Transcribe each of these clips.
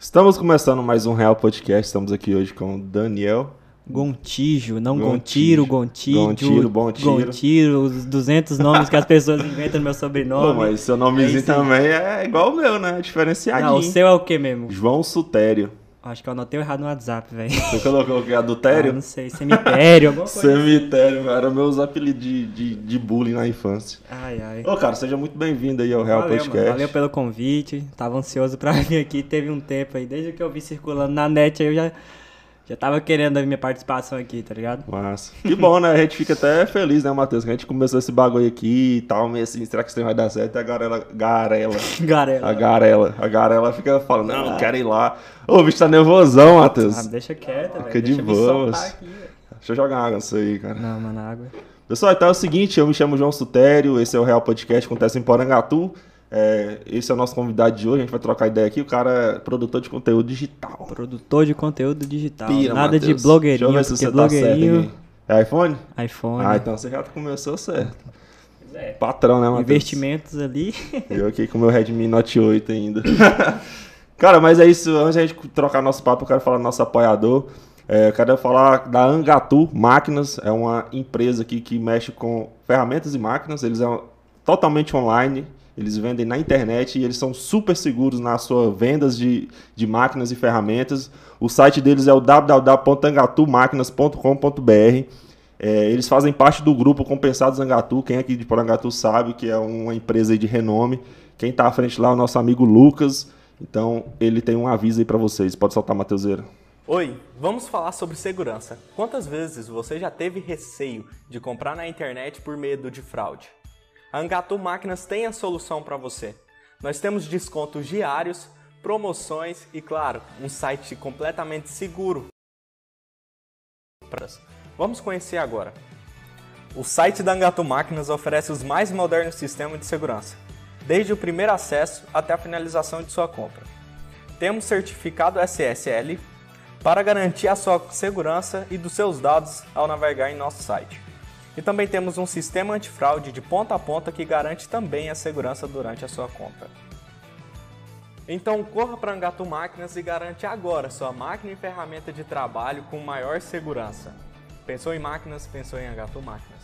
Estamos começando mais um Real Podcast. Estamos aqui hoje com o Daniel Gontijo, não Gontiro, Gontiro, bom tiro. Gontiro, os 200 nomes que as pessoas inventam no meu sobrenome. Pô, mas seu nomezinho também é igual o meu, né? Diferenciadinho. Não, o seu é o que mesmo? João Sutério. Acho que eu anotei errado no WhatsApp, velho. Você colocou o que? Adultério? Não sei, cemitério, alguma coisa. Cemitério, era meus apelidos de bullying na infância. Ai, ai. Ô, cara, seja muito bem-vindo aí ao Real Podcast. Mano, valeu pelo convite, tava ansioso pra vir aqui, teve um tempo aí, desde que eu vi circulando na net, aí eu já tava querendo a minha participação aqui, tá ligado? Massa. Que bom, né? A gente fica até feliz, né, Matheus? Que a gente começou esse bagulho aqui e tal, meio assim, será que isso vai dar certo? E a Garela fica falando, não, eu quero ir lá. Ô, o bicho tá nervosão, Matheus. Ah, deixa quieto, velho. Fica de boas. Deixa eu jogar água nisso aí, cara. Não, mano, água. Pessoal, então é o seguinte, eu me chamo João Sutério, esse é o Real Podcast, acontece em Porangatu. Esse é o nosso convidado de hoje, a gente vai trocar ideia aqui. O cara é produtor de conteúdo digital. Produtor de conteúdo digital. Pira, nada Mateus. de blogueirinho. Deixa eu ver se você blogueirinho... tá certo aqui. É iPhone? iPhone. Ah, então você já começou certo. É. Patrão, né, Matheus? Investimentos ali. Eu aqui com o meu Redmi Note 8 ainda. Cara, mas é isso. Antes de a gente trocar nosso papo, eu quero falar do nosso apoiador. Eu quero falar da Angatu Máquinas. É uma empresa aqui que mexe com ferramentas e máquinas. Eles são totalmente online. Eles vendem na internet e eles são super seguros nas suas vendas de máquinas e ferramentas. O site deles é o www.angatumaquinas.com.br. Eles fazem parte do grupo Compensados Angatu. Quem aqui de Porangatu sabe que é uma empresa de renome. Quem está à frente lá é o nosso amigo Lucas. Então, ele tem um aviso aí para vocês. Pode soltar, Mateuseira. Oi, vamos falar sobre segurança. Quantas vezes você já teve receio de comprar na internet por medo de fraude? A Angatu Máquinas tem a solução para você. Nós temos descontos diários, promoções e, claro, um site completamente seguro. Vamos conhecer agora. O site da Angatu Máquinas oferece os mais modernos sistemas de segurança, desde o primeiro acesso até a finalização de sua compra. Temos certificado SSL para garantir a sua segurança e dos seus dados ao navegar em nosso site. E também temos um sistema antifraude de ponta a ponta que garante também a segurança durante a sua compra. Então corra para a Angatu Máquinas e garante agora sua máquina e ferramenta de trabalho com maior segurança. Pensou em máquinas? Pensou em Angatu Máquinas.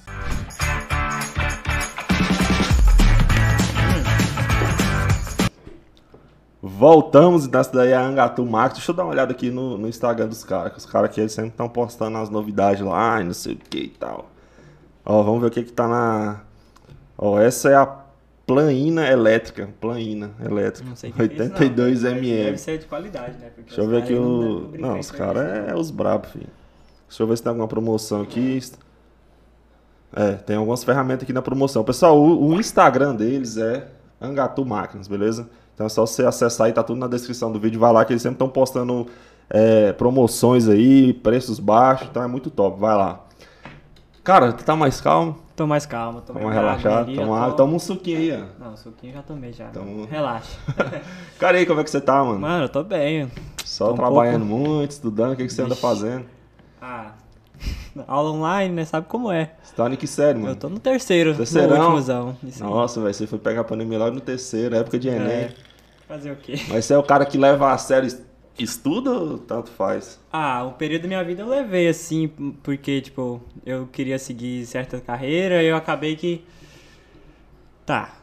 Voltamos, dessa daí é a Angatu Máquinas. Deixa eu dar uma olhada aqui no Instagram dos caras. Os caras aqui eles sempre estão postando as novidades lá e não sei o que e tal. Ó, vamos ver o que tá na... Ó, essa é a Planina elétrica. Não sei 82 mm. Deve ser de qualidade, né? Porque deixa eu ver aqui o... Não, os caras é os brabos, filho. Deixa eu ver se tem alguma promoção aqui. Tem algumas ferramentas aqui na promoção. Pessoal, o Instagram deles é Angatu Máquinas, beleza? Então é só você acessar aí, tá tudo na descrição do vídeo. Vai lá que eles sempre estão postando promoções aí, preços baixos. Então é muito top, vai lá. Cara, tu tá mais calmo? Tô mais calmo, tô mais relaxado. Toma um suquinho aí, ó. Não, suquinho já tomei já. Então... Relaxa. Cara, e aí, como é que você tá, mano? Mano, eu tô bem. Só trabalhando muito, estudando, o que você anda fazendo? Aula online, né? Sabe como é. Você tá em que série, mano? Eu tô no terceiro, Terceirão? no últimozão. Nossa, velho, você foi pegar a pandemia logo no terceiro, época de Enem. Fazer o quê? Mas você é o cara que leva a sério, estuda ou tanto faz? O período da minha vida eu levei, assim, porque, tipo, eu queria seguir certa carreira e eu acabei que... Tá.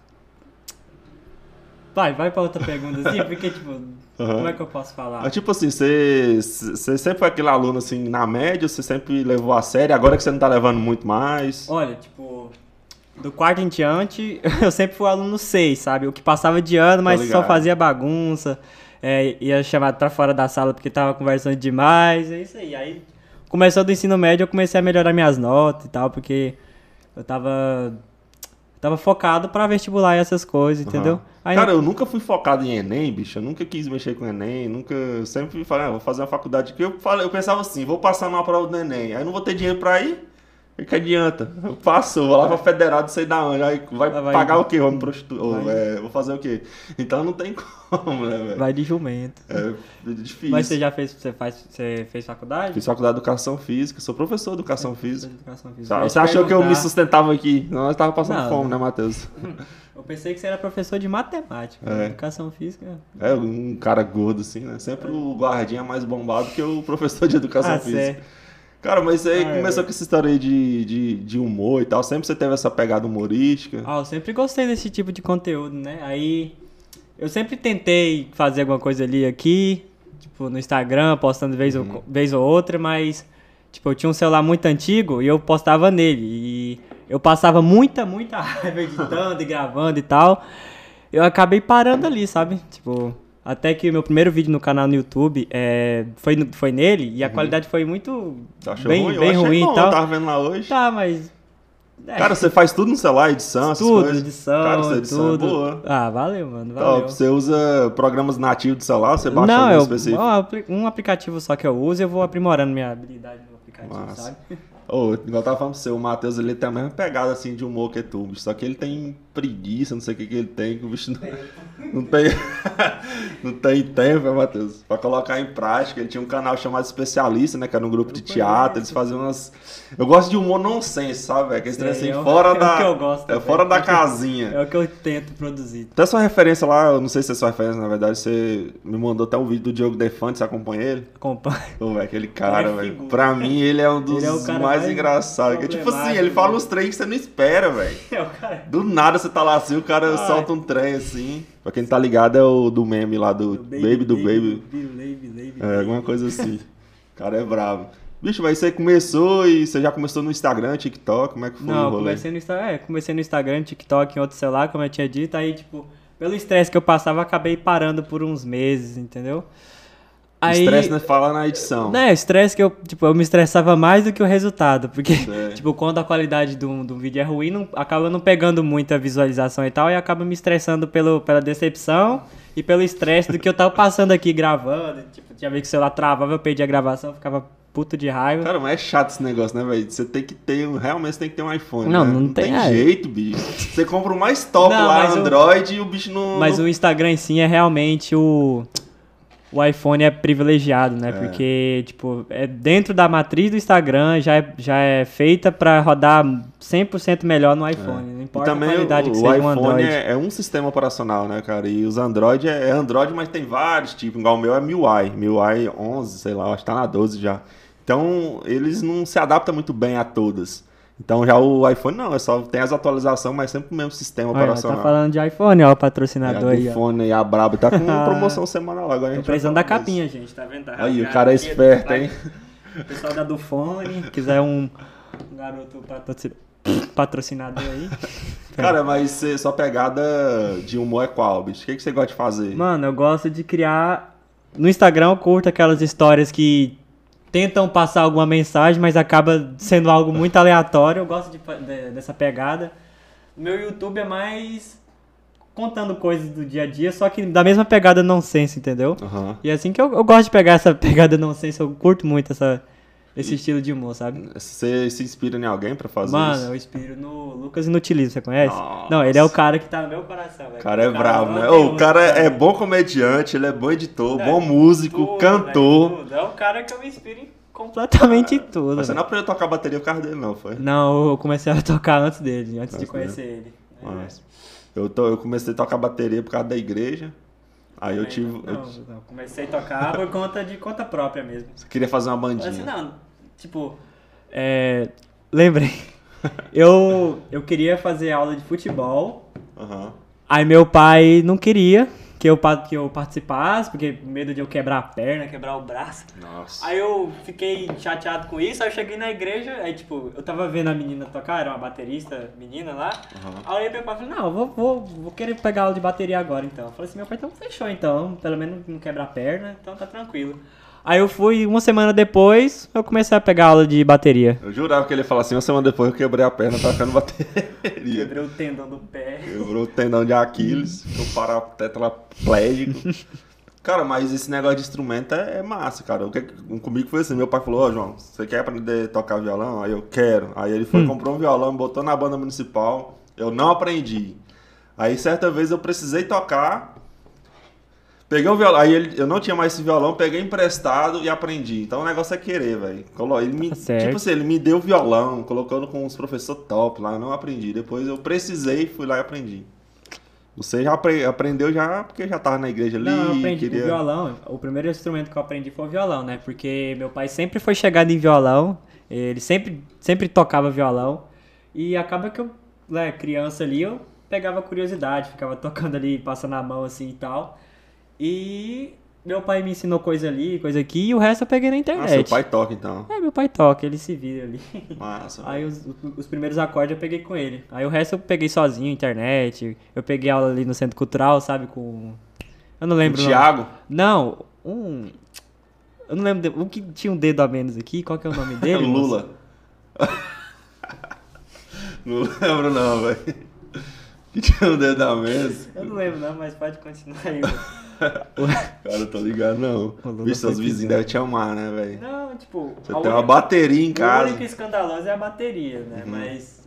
Vai pra outra pergunta, assim, porque, tipo... Como é que eu posso falar? Mas, tipo assim, você sempre foi aquele aluno, assim, na média, você sempre levou a sério, agora que você não tá levando muito mais? Olha, tipo, do quarto em diante, eu sempre fui aluno 6, sabe? O que passava de ano, mas só fazia bagunça, ia chamado pra fora da sala porque tava conversando demais, é isso aí. Aí, começou do ensino médio, eu comecei a melhorar minhas notas e tal, porque eu tava focado pra vestibular e essas coisas, entendeu? Aí cara, eu nunca fui focado em Enem, bicho. Eu nunca quis mexer com Enem. Sempre falei, vou fazer uma faculdade aqui. Eu pensava assim, vou passar numa prova do Enem. Aí não vou ter dinheiro pra ir. O que adianta? Passou, vou lá pra federal, não sei da onde. Aí vai pagar o quê? Vou me prostituir. Vou fazer o quê? Então não tem como, né, velho? Vai de jumento. É difícil. Mas você já fez, você fez faculdade? Fiz faculdade de Educação Física, sou professor de Educação Física. Educação Física. Você achou que eu me sustentava aqui? Não, nós tava passando fome, né, Matheus? Eu pensei que você era professor de matemática, Educação Física. É, um cara gordo assim, né? Sempre o guardinha mais bombado que o professor de Educação Física. Certo. Cara, mas aí começou com essa história aí de humor e tal. Sempre você teve essa pegada humorística? Eu sempre gostei desse tipo de conteúdo, né? Aí eu sempre tentei fazer alguma coisa ali aqui, tipo no Instagram, postando vez ou outra, mas tipo, eu tinha um celular muito antigo e eu postava nele. E eu passava muita raiva editando e gravando e tal. Eu acabei parando ali, sabe? Tipo... Até que o meu primeiro vídeo no canal no YouTube foi nele e a qualidade foi muito bem ruim e tal. Eu tava vendo lá hoje. Tá, mas... Cara, você faz tudo no celular, edição, essas tudo, coisas? edição, cara, essa edição tudo. É boa. Valeu, mano, valeu. Você usa programas nativos do celular, você baixa algum específico? Um aplicativo só que eu uso e eu vou aprimorando minha habilidade no aplicativo, sabe? Igual eu tava falando pra você, o Matheus ele tem a mesma pegada assim de humor que tu, bicho. Só que ele tem preguiça, não sei o que ele tem, que o bicho não tem tempo, Matheus, pra colocar em prática. Ele tinha um canal chamado Especialista, né? Que era um grupo de teatro, eles faziam umas... Eu gosto de humor nonsense, sabe, velho? Que eles assim, fora da... que eu gosto, fora da casinha. É o que eu tento produzir. Até sua referência lá, eu não sei se é sua referência, na verdade, você me mandou até um vídeo do Diogo Defante, você acompanha ele? Acompanho. Pô, velho, aquele cara, velho. Pra mim, ele é um dos mais engraçados. Tipo assim, ele fala uns trem que você não espera, velho. Do nada você tá lá assim, o cara solta um trem assim. Pra quem não tá ligado, é o do meme lá do Baby. Alguma coisa assim. O cara é bravo. Bicho, mas você começou e você já começou no Instagram, TikTok, como é que foi o rolê? Comecei no Instagram, TikTok, em outro celular, como eu tinha dito, aí tipo, pelo estresse que eu passava, eu acabei parando por uns meses, entendeu? Estresse não é falar na edição. Não, estresse que eu me estressava mais do que o resultado, porque, tipo, quando a qualidade do vídeo é ruim, acaba não pegando muita visualização e tal, e acaba me estressando pela decepção e pelo estresse do que eu tava passando aqui gravando, tipo, tinha vez que o celular travava, eu perdi a gravação, ficava puto de raiva. Cara, mas é chato esse negócio, né, velho? Você tem que ter, realmente você tem que ter um iPhone, não, né? Não tem jeito, bicho. Você compra o mais top lá, Android, e o bicho não... Mas o Instagram em si é realmente o iPhone é privilegiado, né? Porque, tipo, dentro da matriz do Instagram já é feita pra rodar 100% melhor no iPhone. Não importa a qualidade que seja um Android. O iPhone é um sistema operacional, né, cara? E os Android é Android, mas tem vários tipos. Igual o meu é MIUI 11, sei lá, acho que tá na 12 já. Então, eles não se adaptam muito bem a todas. Então já o iPhone não, só tem as atualizações, mas sempre o mesmo sistema operacional. Tá falando de iPhone, ó, o patrocinador aí. O iPhone aí, a Brabo, tá com promoção semanal agora. Tô precisando da capinha, gente, tá vendo? Aí, o cara é esperto, hein? O pessoal da Dufone, quiser um garoto patrocinador aí. Cara, mas sua pegada de humor é qual, bicho? O que você gosta de fazer? Mano, eu gosto de criar... No Instagram eu curto aquelas histórias que tentam passar alguma mensagem, mas acaba sendo algo muito aleatório. Eu gosto dessa pegada. O meu YouTube é mais contando coisas do dia a dia, só que da mesma pegada nonsense, entendeu? Uhum. E é assim que eu gosto de pegar essa pegada nonsense, eu curto muito esse estilo de humor, sabe? Você se inspira em alguém pra fazer isso? Mano, eu inspiro no Lucas Inutilismo, você conhece? Nossa. Não, ele é o cara que tá no meu coração, velho. O cara é bravo, né? O cara é bom comediante, ele é bom editor, bom músico, cantor. Tudo. É o cara que eu me inspiro completamente em tudo. Mas você não aprendeu a tocar bateria por causa dele, não, foi? Não, eu comecei a tocar antes dele, antes de conhecer ele. Mas eu comecei a tocar bateria por causa da igreja. Aí eu tive... Não, comecei a tocar por conta de conta própria mesmo. Você queria fazer uma bandinha? Assim, não, tipo... lembrei. Eu queria fazer aula de futebol. Uhum. Aí meu pai não queria que eu participasse, porque medo de eu quebrar a perna, quebrar o braço. Nossa. Aí eu fiquei chateado com isso, aí eu cheguei na igreja, aí tipo, eu tava vendo a menina tocar, era uma baterista menina lá. Uhum. Aí meu pai falou, não, eu vou querer pegar aula de bateria agora então. Eu falei assim, meu pai, então fechou então, pelo menos não quebra a perna, então tá tranquilo. Aí eu fui, uma semana depois, eu comecei a pegar aula de bateria. Eu jurava que ele ia falar assim, uma semana depois eu quebrei a perna tocando bateria. Quebrei o tendão do pé. Quebrou o tendão de Aquiles, ficou paraplégico. Cara, mas esse negócio de instrumento é massa, cara. Comigo foi assim, meu pai falou, João, você quer aprender a tocar violão? Aí eu quero. Aí ele foi, comprou um violão, botou na banda municipal, eu não aprendi. Aí certa vez eu precisei tocar, peguei o violão, aí eu não tinha mais esse violão, peguei emprestado e aprendi. Então o negócio é querer, velho. Tipo assim, ele me deu o violão, colocando com os professores top lá, eu não aprendi. Depois eu precisei, fui lá e aprendi. Você já aprendeu já, porque já tava na igreja ali. Não, eu aprendi o violão. O primeiro instrumento que eu aprendi foi o violão, né? Porque meu pai sempre foi chegado em violão. Ele sempre tocava violão. E acaba que eu, né, criança ali, eu pegava curiosidade, ficava tocando ali, passando a mão assim e tal. E meu pai me ensinou coisa ali, coisa aqui, e o resto eu peguei na internet. Ah, seu pai toca então? É, meu pai toca, ele se vira ali. Massa. Aí os primeiros acordes eu peguei com ele. Aí o resto eu peguei sozinho, internet. Eu peguei aula ali no Centro Cultural, sabe, com... Eu não lembro o Thiago? Não, eu não lembro, um que tinha um dedo a menos aqui, qual que é o nome dele? Lula. Não lembro não, velho. Que tinha um dedo a menos. Eu não lembro não, mas pode continuar aí. Cara, eu tô ligado não. Vixe, seus vizinhos devem te amar, né, velho? Não, tipo... Você tem uma bateria em casa. O único escandaloso é a bateria, né, mas...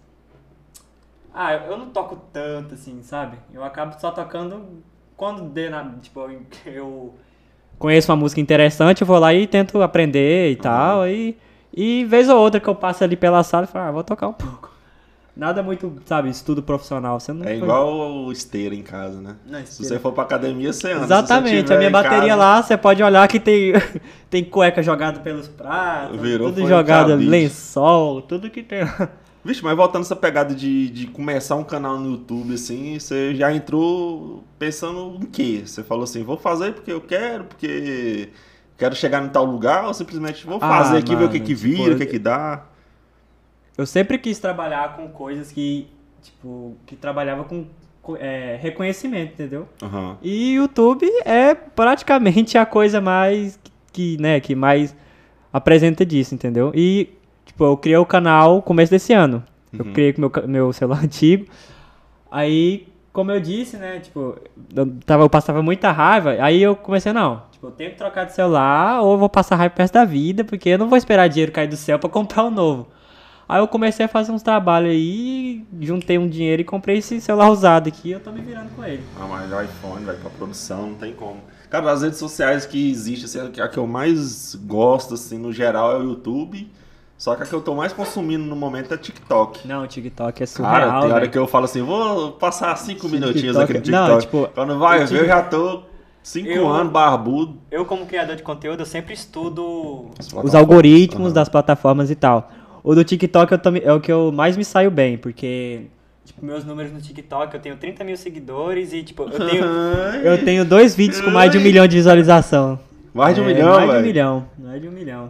eu não toco tanto assim, sabe? Eu acabo só tocando quando tipo, eu conheço uma música interessante, eu vou lá e tento aprender e tal, e vez ou outra que eu passo ali pela sala e falo, vou tocar um pouco. Nada muito, sabe, estudo profissional. Você não igual o esteira em casa, né? Não, se você for pra academia, você anda. Exatamente, a minha bateria lá, você pode olhar que tem cueca jogada pelos pratos, tudo jogado, lençol, tudo que tem. Vixe, mas voltando essa pegada de começar um canal no YouTube, assim, você já entrou pensando em quê? Você falou assim, vou fazer porque eu quero, porque quero chegar em tal lugar, ou simplesmente vou fazer aqui, ver o que vira, o que dá? Eu sempre quis trabalhar com coisas que trabalhava com reconhecimento, entendeu? Uhum. E YouTube é praticamente a coisa mais que mais apresenta disso, entendeu? E, eu criei o canal no começo desse ano. Eu criei com meu celular antigo. Aí, como eu disse, né, eu passava muita raiva, aí eu comecei, eu tenho que trocar de celular ou eu vou passar raiva pro resto da vida, porque eu não vou esperar dinheiro cair do céu pra comprar um novo. Aí eu comecei a fazer uns trabalhos aí, juntei um dinheiro e comprei esse celular usado aqui e eu tô me virando com ele. Mas o iPhone, vai pra produção, não tem como. Cara, das redes sociais que existem, assim, a que eu mais gosto, assim, no geral, é o YouTube. Só que a que eu tô mais consumindo no momento é TikTok. Não, o TikTok é surreal, cara, tem hora que eu falo assim, vou passar 5 minutinhos aqui no TikTok. Não, quando vai ver, eu já tô 5 anos, barbudo. Eu, como criador de conteúdo, eu sempre estudo os algoritmos das plataformas e tal. O do TikTok é o que eu mais me saio bem, porque, meus números no TikTok, eu tenho 30 mil seguidores e, eu tenho 2 vídeos com mais de 1 milhão de visualização. Mais de 1 milhão, velho? Mais de 1 milhão.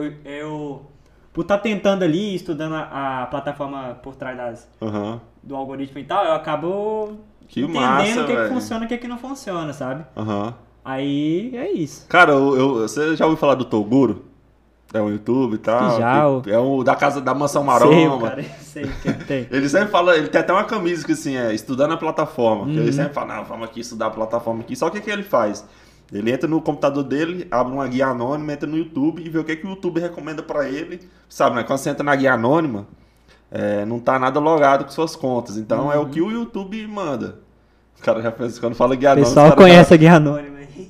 Por estar tentando ali, estudando a plataforma por trás do algoritmo e tal, eu acabo entendendo o que funciona e o que não funciona, sabe? Aí, é isso. Cara, você já ouviu falar do Toguro? É um YouTube e tal. É o da casa da Mansão Maromba. Sei que tem. Ele sempre fala, ele tem até uma camisa que assim, estudando a plataforma. Ele sempre fala, vamos aqui estudar a plataforma aqui. Só que o que ele faz? Ele entra no computador dele, abre uma guia anônima, entra no YouTube e vê o que o YouTube recomenda pra ele. Sabe, né? Quando você entra na guia anônima, não tá nada logado com suas contas. Então é o que o YouTube manda. O cara já pensa, quando fala guia anônima... O pessoal conhece a guia anônima aí.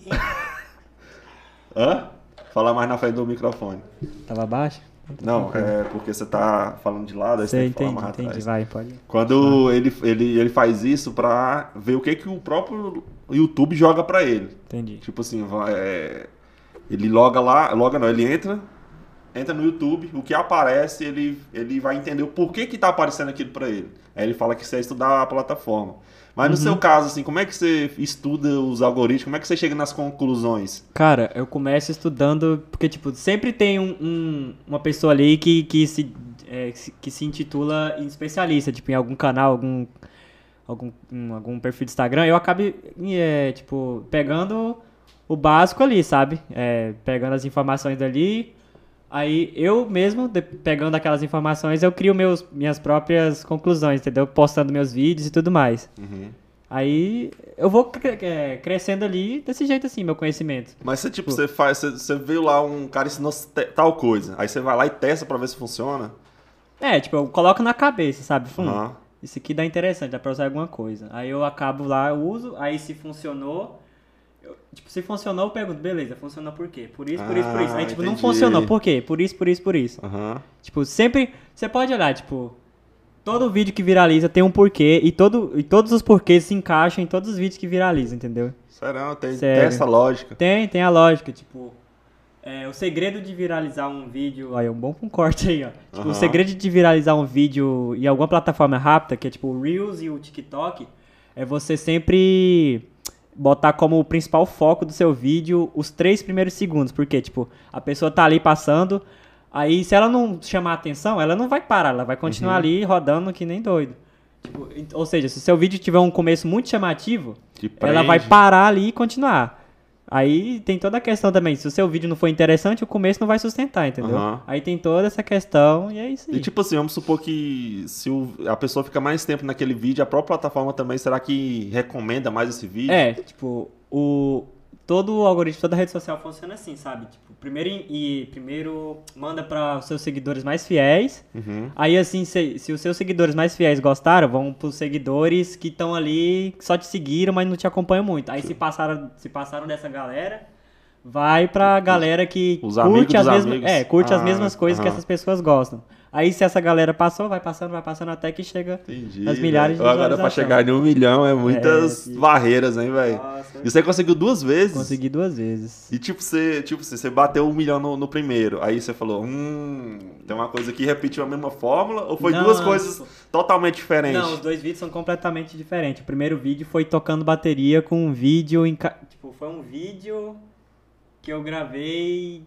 Hã? Fala mais na frente do microfone. Tava baixo? Não, porque você tá falando de lado, aí você tem que falar mais atrás. Vai, pode. Quando ele faz isso pra ver o que o próprio YouTube joga pra ele. Entendi. Tipo assim, ele loga lá, ele entra no YouTube, o que aparece, ele vai entender o porquê que tá aparecendo aquilo pra ele. Aí ele fala que você é estudar a plataforma. Mas no seu caso, assim, como é que você estuda os algoritmos? Como é que você chega nas conclusões? Cara, eu começo estudando, porque, sempre tem uma pessoa ali que se intitula especialista, em algum canal, algum perfil do Instagram. Eu acabo, pegando o básico ali, sabe? Pegando as informações dali. Aí eu mesmo, pegando aquelas informações, eu crio minhas próprias conclusões, entendeu? Postando meus vídeos e tudo mais. Aí eu vou crescendo ali desse jeito assim, meu conhecimento. Mas você, tipo, você viu lá um cara ensinou tal coisa, aí você vai lá e testa pra ver se funciona? Tipo, eu coloco na cabeça, sabe? Aham. Isso aqui dá interessante, dá pra usar alguma coisa. Aí eu acabo lá, eu uso, aí se funcionou... se funcionou, eu pergunto, beleza, funcionou por quê? Por isso, por isso, por isso. Aí, tipo, não entendi. funcionou, por quê? Por isso, por isso, por isso. Aham. Tipo, sempre, você pode olhar, tipo, todo vídeo que viraliza tem um porquê e todos os porquês se encaixam em todos os vídeos que viralizam, entendeu? Sério, tem Sério. essa lógica. Tem a lógica, tipo, o segredo de viralizar um vídeo, aí é um bom corte aí, ó. Tipo, o segredo de viralizar um vídeo em alguma plataforma rápida, que é tipo o Reels e o TikTok, é você sempre botar como principal foco do seu vídeo os 3 primeiros segundos, porque, tipo, a pessoa tá ali passando, aí se ela não chamar a atenção, ela não vai parar, ela vai continuar ali rodando que nem doido. Tipo, ou seja, se o seu vídeo tiver um começo muito chamativo, ela vai parar ali e continuar. Aí tem toda a questão também, se o seu vídeo não for interessante, o começo não vai sustentar, entendeu? Aí tem toda essa questão e é isso aí. E tipo assim, vamos supor que se a pessoa fica mais tempo naquele vídeo, a própria plataforma também, será que recomenda mais esse vídeo? Tipo, todo o algoritmo, toda rede social funciona assim, sabe? Tipo, primeiro manda para os seus seguidores mais fiéis. Aí, assim, se os seus seguidores mais fiéis gostaram, vão para os seguidores que estão ali, que só te seguiram, mas não te acompanham muito. Aí, se passaram dessa galera, vai pra galera que curte as mesmas coisas que essas pessoas gostam. Aí, se essa galera passou, vai passando até que chega nas milhares de visualizações. Agora, pra chegar em 1 milhão, é muitas barreiras, hein, velho? E você conseguiu 2 vezes? Consegui 2 vezes. E você bateu 1 milhão no primeiro. Aí você falou, tem uma coisa que repetiu a mesma fórmula? Ou foi duas coisas totalmente diferentes? Não, os 2 vídeos são completamente diferentes. O primeiro vídeo foi tocando bateria com um vídeo... Tipo, foi um vídeo que eu gravei...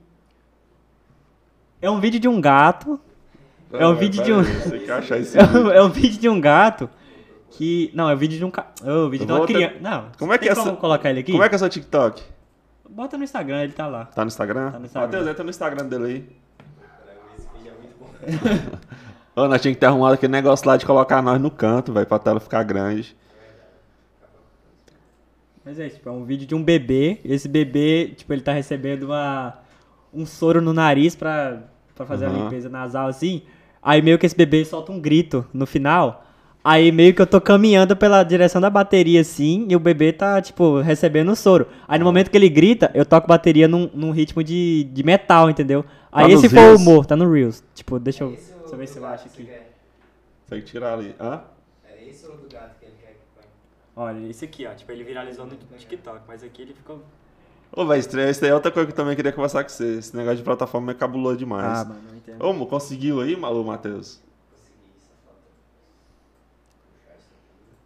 É um vídeo de um gato... Não, é um vídeo de um... Você quer achar esse vídeo? É um vídeo de um gato que... Não, é um vídeo de um... É um vídeo de uma criança... Não, como é que como colocar ele aqui? Como é que é seu TikTok? Bota no Instagram, ele tá lá. Tá no Instagram? Tá no Instagram. Matheus, entra no Instagram dele aí. Esse vídeo é muito bom. Ô, nós tínhamos que ter arrumado aquele negócio lá de colocar nós no canto, velho, pra tela ficar grande. Mas é isso, tipo, é um vídeo de um bebê. Esse bebê, tipo, ele tá recebendo um soro no nariz pra fazer a limpeza nasal, assim. Aí meio que esse bebê solta um grito no final. Aí meio que eu tô caminhando pela direção da bateria, assim, e o bebê tá, tipo, recebendo o soro. Aí no momento que ele grita, eu toco bateria num ritmo de metal, entendeu? Aí esse foi o humor, tá no Reels. Tipo, deixa eu ver se eu acho aqui. Tem que tirar ali. Hã? É esse ou do gato que ele quer que põe? Olha, esse aqui, ó. Tipo, ele viralizou no TikTok, mas aqui ele ficou... Ô, velho, isso aí é outra coisa que eu também queria conversar com você. Esse negócio de plataforma é cabuloso demais. Mano, não entendo. Ô, conseguiu aí, Matheus? Consegui, só falta puxar isso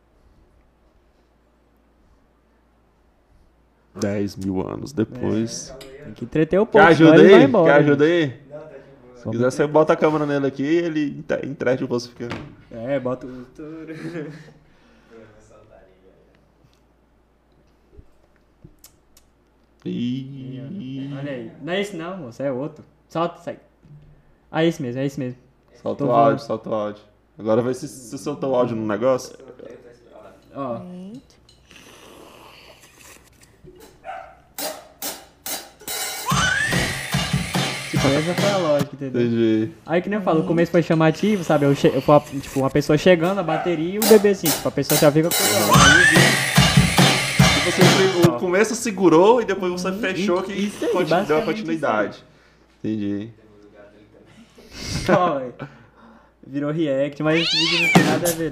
aqui. 10 mil anos depois. Tem que entreter o povo, Quer ajuda senão ele vai aí? embora. Quer ajuda aí? Não, tá de boa. Se quiser, você bota a câmera nele aqui e ele entrete o bolso ficando. Bota o... Eu vou soltar ali, velho. Olha aí. Não é esse não, moço, é outro. Solta, sai. Ah, é esse mesmo, é esse mesmo. Solta o áudio, solta o áudio. Agora vê se você soltou o áudio no negócio. Ó. Tipo, essa foi a lógica, entendeu? Entendi. Aí que nem eu falo, o começo foi chamativo, sabe? Eu tipo, uma pessoa chegando, a bateria e o bebê assim, tipo, a pessoa já fica com O começo segurou e depois você fechou que isso aí, deu a basicamente continuidade. Entendi. Ó, velho. Virou react, mas esse vídeo não tem nada a ver.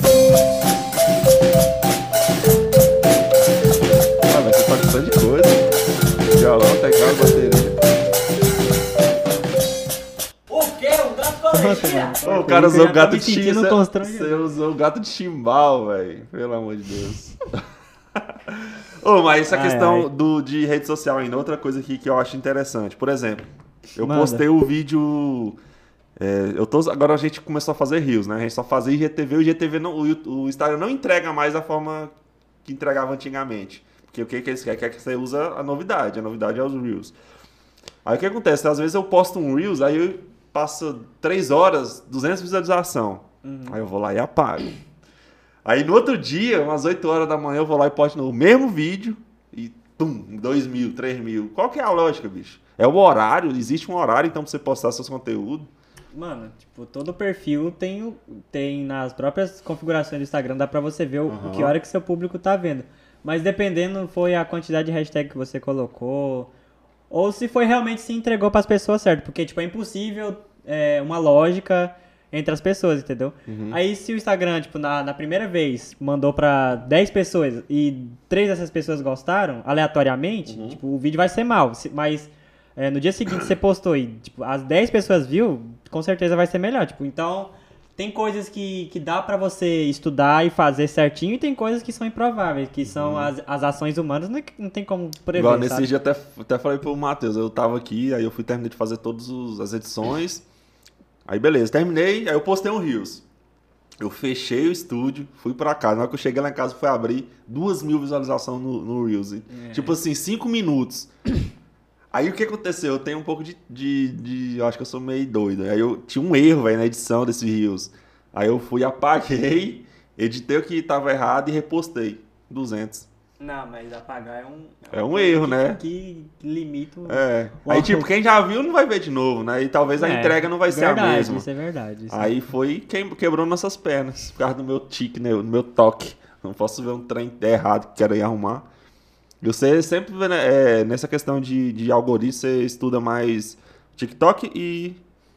Ah, vai ser bastante coisa. Violão, teclado, bateria. O quê? O gato coletinha? Ô, o cara usou o gato de chimbal. Você usou o gato de chimbal, velho. Pelo amor de Deus. Ô, mas essa questão de rede social ainda, outra coisa aqui que eu acho interessante. Por exemplo, eu postei o vídeo... agora a gente começou a fazer Reels, né? A gente só fazia IGTV, o IGTV não, o Instagram não entrega mais da forma que entregava antigamente. Porque o que eles querem? Quer que você use a novidade é os Reels. Aí o que acontece? Às vezes eu posto um Reels, aí passa 3 horas, 200 visualização. Aí eu vou lá e apago. Aí no outro dia, umas 8 horas da manhã, eu vou lá e posto no mesmo vídeo e pum, 2.000, 3.000. Qual que é a lógica, bicho? É o horário, existe um horário então pra você postar seus conteúdos. Mano, tipo, todo perfil tem nas próprias configurações do Instagram, dá pra você ver o que hora que seu público tá vendo. Mas dependendo foi a quantidade de hashtag que você colocou, ou se foi realmente se entregou pras pessoas certo, porque tipo, é impossível uma lógica entre as pessoas, entendeu? Aí se o Instagram, tipo, na primeira vez mandou pra 10 pessoas e 3 dessas pessoas gostaram, aleatoriamente, tipo, o vídeo vai ser mal, mas no dia seguinte você postou e tipo, as 10 pessoas viu, com certeza vai ser melhor, tipo, então tem coisas que dá pra você estudar e fazer certinho e tem coisas que são improváveis, que são as ações humanas, não tem como prever, Igual nesse sabe? dia até falei pro Matheus, eu tava aqui, aí eu fui terminar de fazer todas as edições, aí beleza, terminei, aí eu postei um Reels. Eu fechei o estúdio, fui pra casa, na hora que eu cheguei lá em casa foi abrir 2.000 visualizações no Reels, tipo assim, 5 minutos. Aí o que aconteceu? Eu tenho um pouco eu acho que eu sou meio doido. Aí eu tinha um erro, velho, na edição desse Reels. Aí eu fui, apaguei, editei o que tava errado e repostei. 200. Não, mas apagar É um erro, né? Que limita o... Aí tipo, quem já viu não vai ver de novo, né? E talvez a entrega não vai ser a mesma. Isso é verdade. Aí foi, quebrou nossas pernas. Por causa do meu tique, né? Do meu toque. Não posso ver um trem errado que quero ir arrumar. Você sempre, né, nessa questão de algoritmo, você estuda mais TikTok e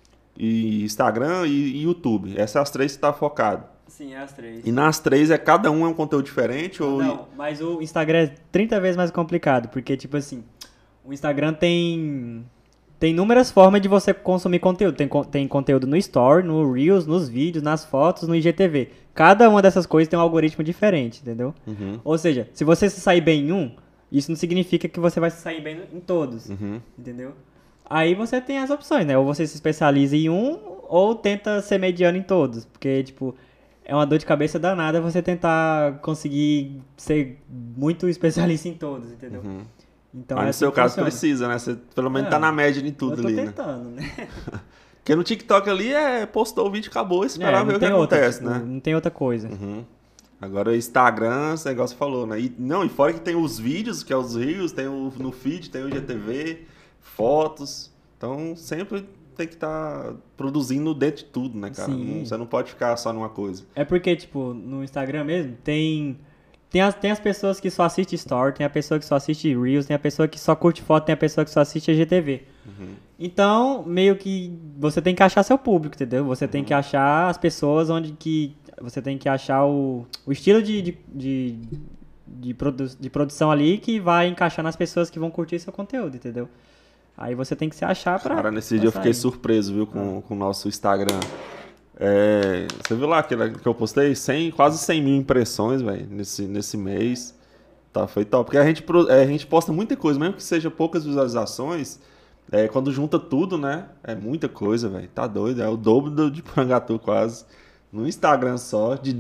Instagram e YouTube. Essas as 3 que você tá focado. Sim, é as 3. E nas 3 cada um é um conteúdo diferente? Ou... Não, mas o Instagram é 30 vezes mais complicado, porque, tipo assim, o Instagram tem inúmeras formas de você consumir conteúdo. Tem conteúdo no Story, no Reels, nos vídeos, nas fotos, no IGTV. Cada uma dessas coisas tem um algoritmo diferente, entendeu? Ou seja, se você se sair bem em um, isso não significa que você vai se sair bem em todos, entendeu? Aí você tem as opções, né? Ou você se especializa em um, ou tenta ser mediano em todos. Porque, tipo, é uma dor de cabeça danada você tentar conseguir ser muito especialista em todos, entendeu? Então, mas no seu caso precisa, né? Você pelo menos tá na média de tudo ali, né? Eu tô tentando, né? Porque no TikTok ali postou o vídeo, acabou, esperar ver o que acontece, tipo, né? Não tem outra coisa. Agora, Instagram, esse negócio falou, né? E fora que tem os vídeos, que é os Reels, tem no feed, tem o IGTV, fotos. Então, sempre tem que estar produzindo dentro de tudo, né, cara? Você não pode ficar só numa coisa. É porque, tipo, no Instagram mesmo, tem as pessoas que só assistem Story, tem a pessoa que só assiste Reels, tem a pessoa que só curte foto, tem a pessoa que só assiste IGTV. Então, meio que você tem que achar seu público, entendeu? Você tem que achar as pessoas onde que... Você tem que achar o estilo de produção ali que vai encaixar nas pessoas que vão curtir seu conteúdo, entendeu? Aí você tem que se achar pra... Cara, nesse dia eu fiquei surpreso, viu, com o nosso Instagram. Você viu lá aquele que eu postei? Quase 100 mil impressões, velho, nesse mês. Tá, foi top. Porque a gente posta muita coisa, mesmo que seja poucas visualizações, quando junta tudo, né? É muita coisa, velho. Tá doido. É o dobro de Porangatu quase. No Instagram só, de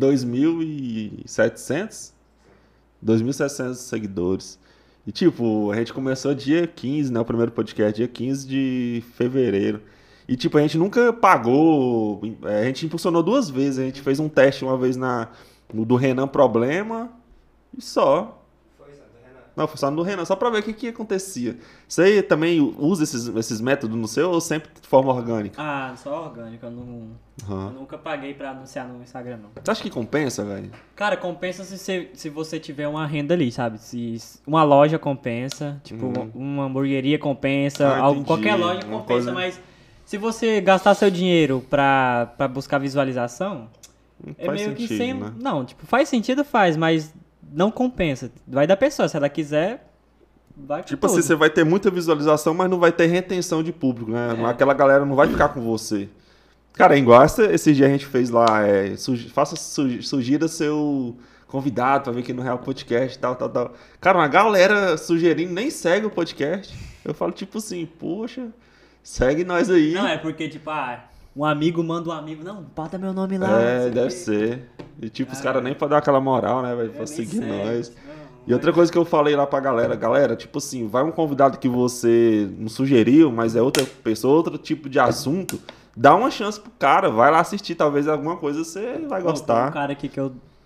2.700 seguidores. E tipo, a gente começou dia 15, né? O primeiro podcast, dia 15 de fevereiro. E tipo, a gente nunca pagou. A gente impulsionou 2 vezes. A gente fez um teste uma vez no do Renan Problema e só. Não, foi só no Renan, só pra ver o que acontecia. Você também usa esses métodos no seu ou sempre de forma orgânica? Ah, só orgânica. Eu nunca paguei pra anunciar no Instagram, não. Você acha que compensa, velho? Cara, compensa se você tiver uma renda ali, sabe? Se uma loja compensa, tipo, uma hamburgueria compensa, qualquer loja compensa, mas se você gastar seu dinheiro pra buscar visualização, é meio sentido, que sem... Né? Não, tipo, faz sentido, mas... Não compensa. Vai da pessoa. Se ela quiser, vai com tipo tudo. Assim, você vai ter muita visualização, mas não vai ter retenção de público, né? Aquela galera não vai ficar com você. Cara, igual esse dia a gente fez lá, sugira seu convidado pra vir aqui no Real Podcast e tal. Cara, uma galera sugerindo nem segue o podcast. Eu falo tipo assim, poxa, segue nós aí. Não, é porque tipo, um amigo manda um amigo, não, bota meu nome lá. Deve ser. E tipo, os caras nem pra dar aquela moral, né, velho, pra seguir nós. E outra coisa que eu falei lá pra galera, tipo assim, vai um convidado que você não sugeriu, mas é outra pessoa, outro tipo de assunto, dá uma chance pro cara, vai lá assistir, talvez alguma coisa você vai gostar. Um cara aqui que eu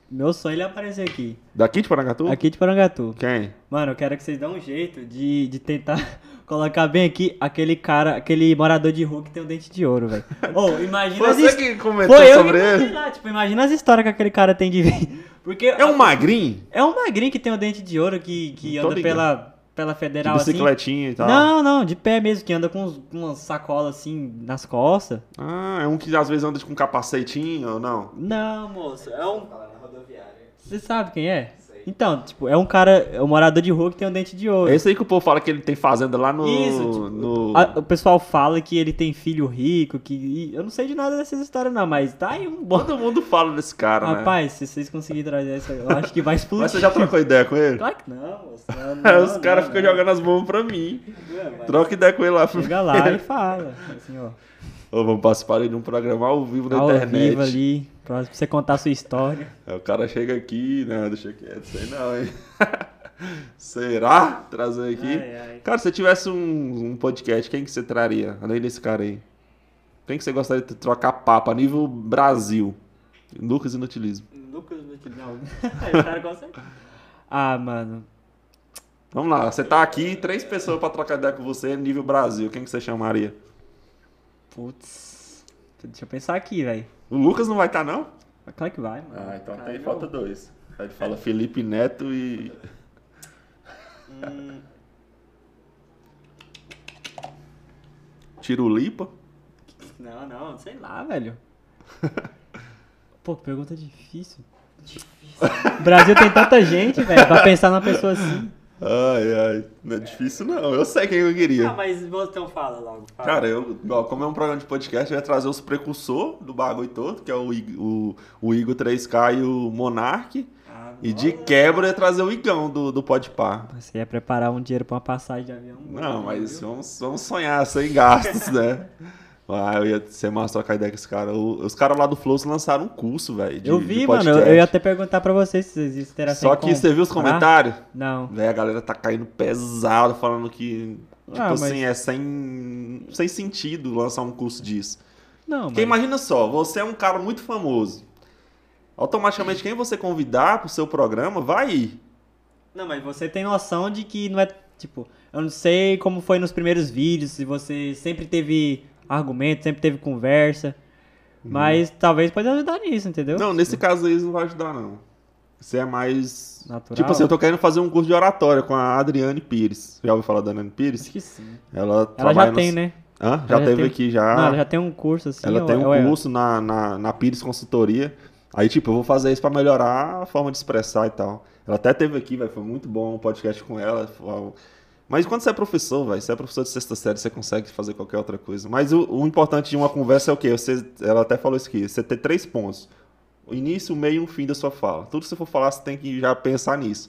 Meu sonho é ele aparecer aqui. Daqui de Parangatu? Aqui de Parangatu. Quem? Mano, eu quero que vocês dão um jeito de tentar colocar bem aqui aquele morador de rua que tem o dente de ouro, velho. Ô, imagina Você que comentou Foi eu sobre que ele? contei lá, tipo, imagina as histórias que aquele cara tem de vir. Porque É um magrinho? é um magrinho que tem o dente de ouro que Tô anda ligado. pela De federal assim. bicicletinha e tal. Não, de pé mesmo, que anda com umas sacolas assim nas costas. Ah, é um que às vezes anda com capacetinho ou não? Não, moço, é um. Fala na rodoviária. Você sabe quem é? Sei. Então, tipo, é um cara, é um morador de rua que tem um dente de ouro. É esse aí que o povo fala que ele tem fazenda lá no... Isso, tipo, no... o pessoal fala que ele tem filho rico, que. Eu não sei de nada dessas histórias, não, mas tá aí um bom. Todo mundo fala desse cara, né? Rapaz, se vocês conseguirem trazer isso, eu acho que vai explodir. Mas você já trocou ideia com ele? Claro que não, moço. Não, Os caras ficam jogando as bombas pra mim. Troca ideia com ele lá. Chega lá e fala. Assim, ó. Ô, vamos participar aí de um programa ao vivo na Ao internet. vivo ali, pra você contar a sua história. Aí o cara chega aqui, né? Deixa quieto, sei não, hein? Será? Trazer aqui. Ai, ai. Cara, se você tivesse um podcast, quem que você traria? Além desse cara aí. Quem que você gostaria de trocar papo a nível Brasil? Lucas Inutilismo. Lucas não. Esse cara consegue. Ah, mano. Vamos lá, você tá aqui, 3 pessoas pra trocar ideia com você, nível Brasil. Quem que você chamaria? Putz. Deixa eu pensar aqui, velho. O Lucas não vai estar, não? Claro que vai, mano. Ah, então Cara, tem falta 2. Aí fala Felipe Neto e... Tirulipa? Não, sei lá, velho. Pô, pergunta difícil. O Brasil tem tanta gente, velho, pra pensar numa pessoa assim. Ai, não é difícil não. Eu sei quem eu queria. Mas você então fala logo. Fala. Cara, como é um programa de podcast, eu ia trazer os precursor do bagulho todo, que é o Igor 3K e o Monark. E de quebra eu ia trazer o Igão do Podpah. Você ia preparar um dinheiro pra uma passagem de avião? Não, mas vamos sonhar sem gastos, né? Ah, eu ia ser massa trocar ideia com esse cara. Os caras lá do Flow lançaram um curso, velho. Eu vi, de mano. podcast. Eu ia até perguntar pra vocês se vocês interação. Só que você viu os comentários? Não. Véi, a galera tá caindo pesado, falando que, tipo Ah, mas- assim, é sem sentido lançar um curso disso. Não, Porque mas... imagina só, você é um cara muito famoso. Automaticamente, quem você convidar pro seu programa, vai ir. Não, mas você tem noção de que não é, tipo... Eu não sei como foi nos primeiros vídeos, se você sempre teve argumento, sempre teve conversa. Mas talvez pode ajudar nisso, entendeu? Não, nesse caso aí não vai ajudar, não. Você é mais... Natural. Tipo assim, eu tô querendo fazer um curso de oratória com a Adriane Pires. Já ouviu falar da Adriane Pires? Acho que sim. Ela Ela trabalha já tem, né? Hã? Já Ela teve tem- aqui, já. Não, ela já tem um curso assim. Ela tem um ou é- curso na Pires Consultoria. Aí, tipo, eu vou fazer isso pra melhorar a forma de expressar e tal. Ela até teve aqui, velho, foi muito bom o podcast com ela. Mas quando você é professor, velho, você é professor de sexta série, você consegue fazer qualquer outra coisa. Mas o importante de uma conversa é o quê? Ela até falou isso aqui, você ter 3 pontos. O início, o meio e o fim da sua fala. Tudo que você for falar, você tem que já pensar nisso.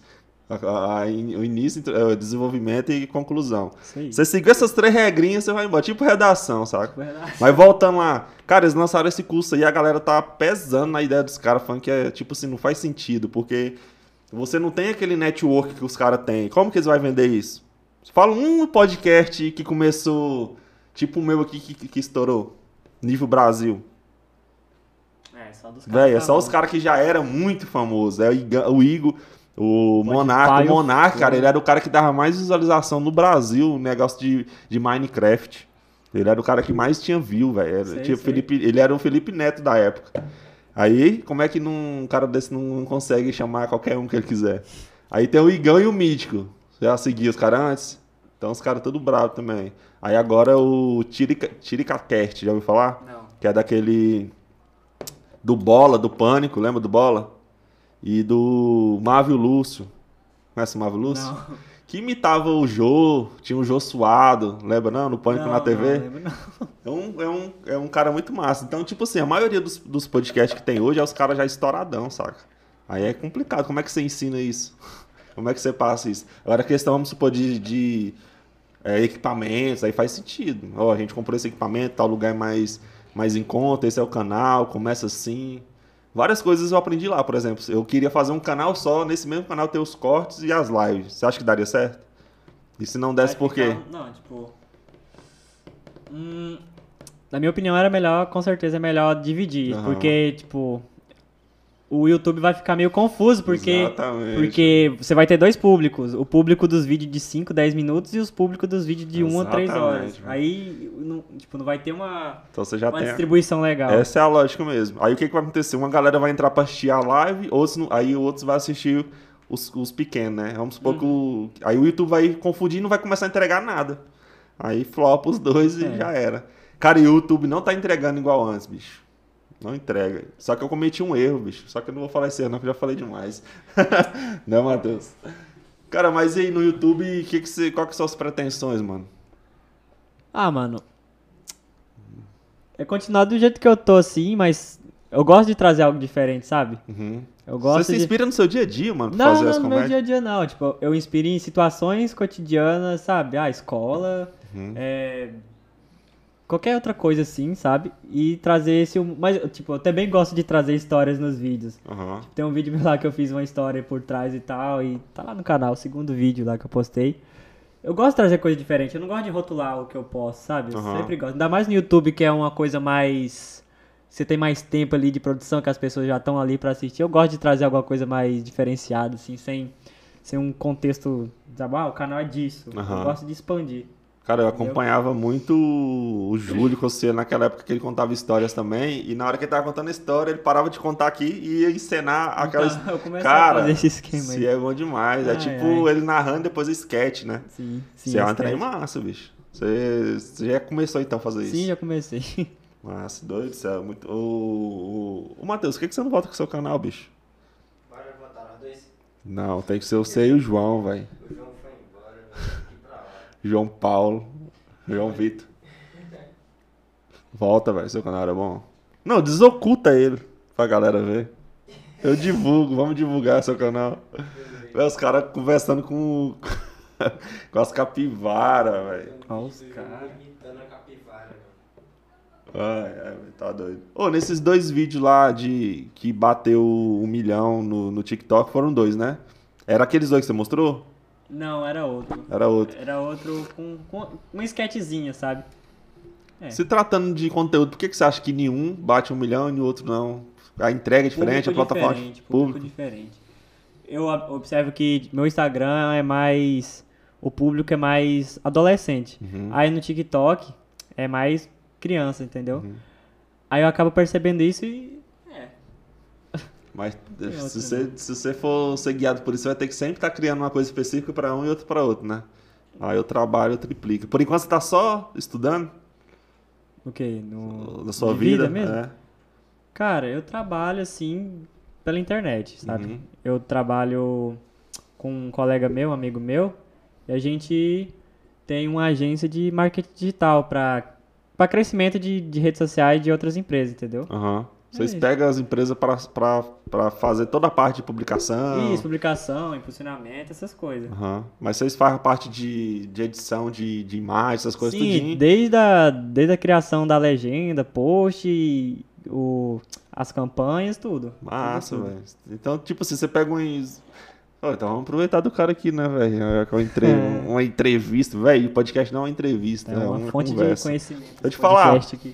O início, o desenvolvimento e conclusão. Isso aí. Você seguir essas 3 regrinhas, você vai embora. Tipo redação, saca? Verdade. Mas voltando lá, cara, eles lançaram esse curso aí, a galera tá pesando na ideia dos caras, falando que é, tipo assim, não faz sentido, porque você não tem aquele network que os caras têm. Como que eles vão vender isso? Fala um podcast que começou, tipo o meu aqui, que estourou, nível Brasil. É, só dos Véi, é só famosos. os caras que já eram muito famosos. É o Igor, o Monark. pai, O Monark, o cara, ele era o cara que dava mais visualização no Brasil, no negócio de Minecraft. Ele era o cara que mais tinha view, velho. Sei. Ele era o Felipe Neto da época. Aí, como é que um cara desse não consegue chamar qualquer um que ele quiser? Aí tem o Igão e o Mítico. Já seguia os caras antes? Então os caras tudo bravos também. Aí agora o Tiricacast, já ouviu falar? Não. Que é daquele... Do Bola, do Pânico, lembra do Bola? E do Mávio Lúcio. Conhece o Mávio Lúcio? Não. Que imitava o Jô, tinha o Jô Suado, lembra não? No Pânico na TV? Não, lembro não. É um cara muito massa. Então, tipo assim, a maioria dos podcasts que tem hoje é os caras já estouradão, saca? Aí é complicado. Como é que você ensina isso? Como é que você passa isso? Agora a questão, vamos supor, de equipamentos, aí faz sentido. Ó, a gente comprou esse equipamento, tal lugar é mais em conta, esse é o canal, começa assim. Várias coisas eu aprendi lá, por exemplo. Eu queria fazer um canal só, nesse mesmo canal ter os cortes e as lives. Você acha que daria certo? E se não desse, por quê? Não, tipo... na minha opinião, era melhor, com certeza é melhor dividir. Aham. Porque, tipo... o YouTube vai ficar meio confuso, porque você vai ter dois públicos. O público dos vídeos de 5, 10 minutos e os públicos dos vídeos de 1 a 3 horas. Aí, não vai ter uma distribuição legal. Essa é a lógica mesmo. Aí o que vai acontecer? Uma galera vai entrar pra assistir a live, aí outros vão assistir os pequenos, né? Vamos supor que aí o YouTube vai confundir e não vai começar a entregar nada. Aí flopa os dois e já era. Cara, e o YouTube não tá entregando igual antes, bicho. Não entrega. Só que eu cometi um erro, bicho. Só que eu não vou falar esse erro, não, porque eu já falei demais. Não, Matheus? Cara, mas aí no YouTube, qual que são as pretensões, mano? Ah, mano. É continuar do jeito que eu tô, assim, mas eu gosto de trazer algo diferente, sabe? Uhum. Eu gosto Você se inspira no seu dia a dia, mano, pra não, fazer não, as no comédias? meu dia a dia não. Tipo, eu inspiro em situações cotidianas, sabe? Escola, qualquer outra coisa assim, sabe? E trazer esse... Mas, tipo, eu também gosto de trazer histórias nos vídeos. Uhum. Tipo, tem um vídeo lá que eu fiz uma história por trás e tal, e tá lá no canal, o segundo vídeo lá que eu postei. Eu gosto de trazer coisa diferente, eu não gosto de rotular o que eu posto, sabe? Eu sempre gosto. Ainda mais no YouTube, que é uma coisa mais... Você tem mais tempo ali de produção, que as pessoas já estão ali pra assistir. Eu gosto de trazer alguma coisa mais diferenciada, assim, sem um contexto... o canal é disso. Eu gosto de expandir. Cara, eu acompanhava muito o Júlio Cossielo naquela época que ele contava histórias também. E na hora que ele tava contando a história, ele parava de contar aqui e ia encenar aquelas... Então, eu comecei a fazer esse esquema aí. É bom demais. É tipo ele narrando depois o sketch, né? Sim. Você é um trem massa, bicho. Você já começou então a fazer isso? Sim, já comecei. Nossa, doido do céu. Muito... Ô, Matheus, por que você não volta com o seu canal, bicho? Bora voltar nós dois? Não, tem que ser você e o João, velho. O João foi embora, eu vou aqui pra lá. João Paulo, João Vitor. Volta, velho, seu canal era bom. Não, desoculta ele pra galera ver. Eu divulgo, vamos divulgar seu canal. Os caras conversando com as capivaras, velho. Olha os caras. Imitando a capivara, mano. Tá doido. Nesses dois vídeos lá que bateu 1 milhão no TikTok, foram 2, né? Era aqueles 2 que você mostrou? Não, era outro. Era outro. Era outro com uma sketchzinha, sabe? Se tratando de conteúdo, por que você acha que nenhum bate 1 milhão e o outro não? A entrega é diferente, a plataforma é público diferente. Eu observo que meu Instagram é mais... O público é mais adolescente. Aí no TikTok é mais criança, entendeu? Aí eu acabo percebendo isso e... Mas se você for ser guiado por isso, você vai ter que sempre estar criando uma coisa específica para um e outra para outro, né? Aí o trabalho triplica. Por enquanto você tá só estudando? O quê? Da sua vida mesmo? É. Cara, eu trabalho assim pela internet, sabe? Eu trabalho com um colega meu, um amigo meu, e a gente tem uma agência de marketing digital para crescimento de redes sociais de outras empresas, entendeu? Vocês pegam as empresas para fazer toda a parte de publicação? Isso, publicação, impulsionamento, essas coisas. Mas vocês fazem parte de edição de imagens, essas coisas tudinho? Sim, desde a criação da legenda, post, as campanhas, tudo. Massa, velho. Então, tipo assim, você pega uns... então vamos aproveitar do cara aqui, né, velho? Uma entrevista, velho. O podcast não é uma entrevista, é uma fonte conversa. De conhecimento. Vou te falar. Aqui.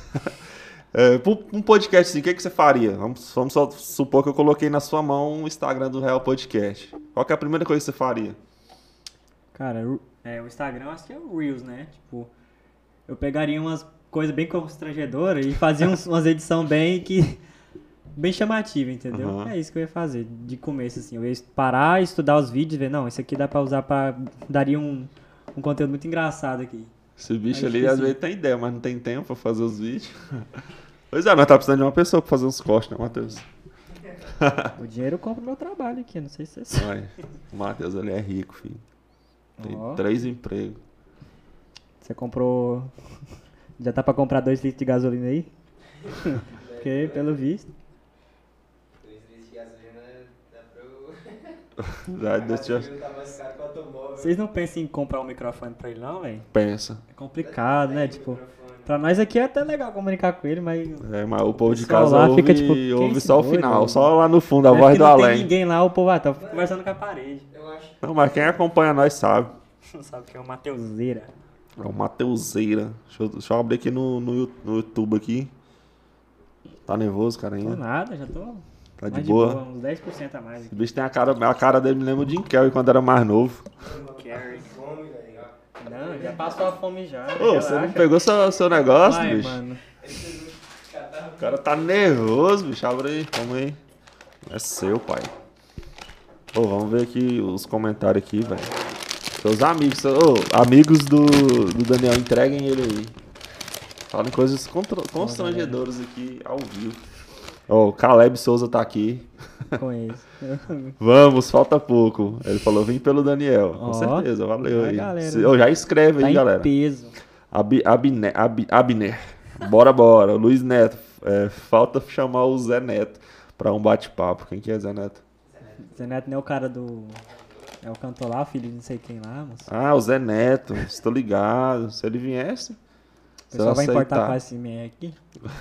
Um podcast assim, o que você faria? Vamos só supor que eu coloquei na sua mão o Instagram do Real Podcast. Qual que é a primeira coisa que você faria? Cara, o Instagram acho que é o Reels, né? Tipo, eu pegaria umas coisas bem constrangedoras e fazia umas edições bem chamativas, entendeu? É isso que eu ia fazer de começo, assim. Eu ia parar, estudar os vídeos e ver, não, isso aqui dá pra usar daria um conteúdo muito engraçado aqui. Esse bicho ali, às vezes, tem ideia, mas não tem tempo pra fazer os vídeos. Pois é, nós tá precisando de uma pessoa pra fazer uns cortes, né, Matheus? O dinheiro compra o meu trabalho aqui, não sei se você sabe. O Matheus, ele é rico, filho. Tem 3 empregos. Você comprou... Já tá pra comprar 2 litros de gasolina aí? Porque, pelo visto... 2 litros de gasolina dá pra eu... Tá mais caro que o automóvel. Vocês não pensam em comprar um microfone pra ele não, velho? Pensa. É complicado, né? Tipo, pra nós aqui é até legal comunicar com ele, mas... Mas o povo de casa lá ouve, fica, tipo, ouve só o final, né? só lá no fundo, a voz do não além. Não tem ninguém lá, o povo tá conversando com a parede. Eu acho. Não, mas quem acompanha nós sabe. Não sabe que é o Mateuseira. É o Mateuseira. Deixa eu abrir aqui no YouTube aqui. Tá nervoso, cara, ainda? Não nada, já tô Tá de Mais boa? uns 10% a mais O aqui. bicho tem a cara dele, me lembra o Jim Carrey quando era mais novo. Carry. Fome, velho. Não, já passou a fome já. Ô, você não pegou seu negócio, Vai, bicho? mano. O cara tá nervoso, bicho. Abre aí, toma aí. É seu, pai. Ô, vamos ver aqui os comentários aqui, velho. Seus amigos, amigos do Daniel, entreguem ele aí. Falem coisas constrangedoras aqui ao vivo. Ó, o Caleb Souza tá aqui. Conheço. Vamos, falta pouco. Ele falou, vim pelo Daniel. Com Ó, certeza, valeu aí. galera. Ô, já escreve Tá aí, em galera. peso. Abner. Bora. Luiz Neto. Falta chamar o Zé Neto pra um bate-papo. Quem que é Zé Neto? Zé Neto não é o cara do... É o cantor lá, o filho de não sei quem lá, moço. Ah, o Zé Neto. Estou ligado. Se ele viesse... O pessoal vai importar com esse meio aqui.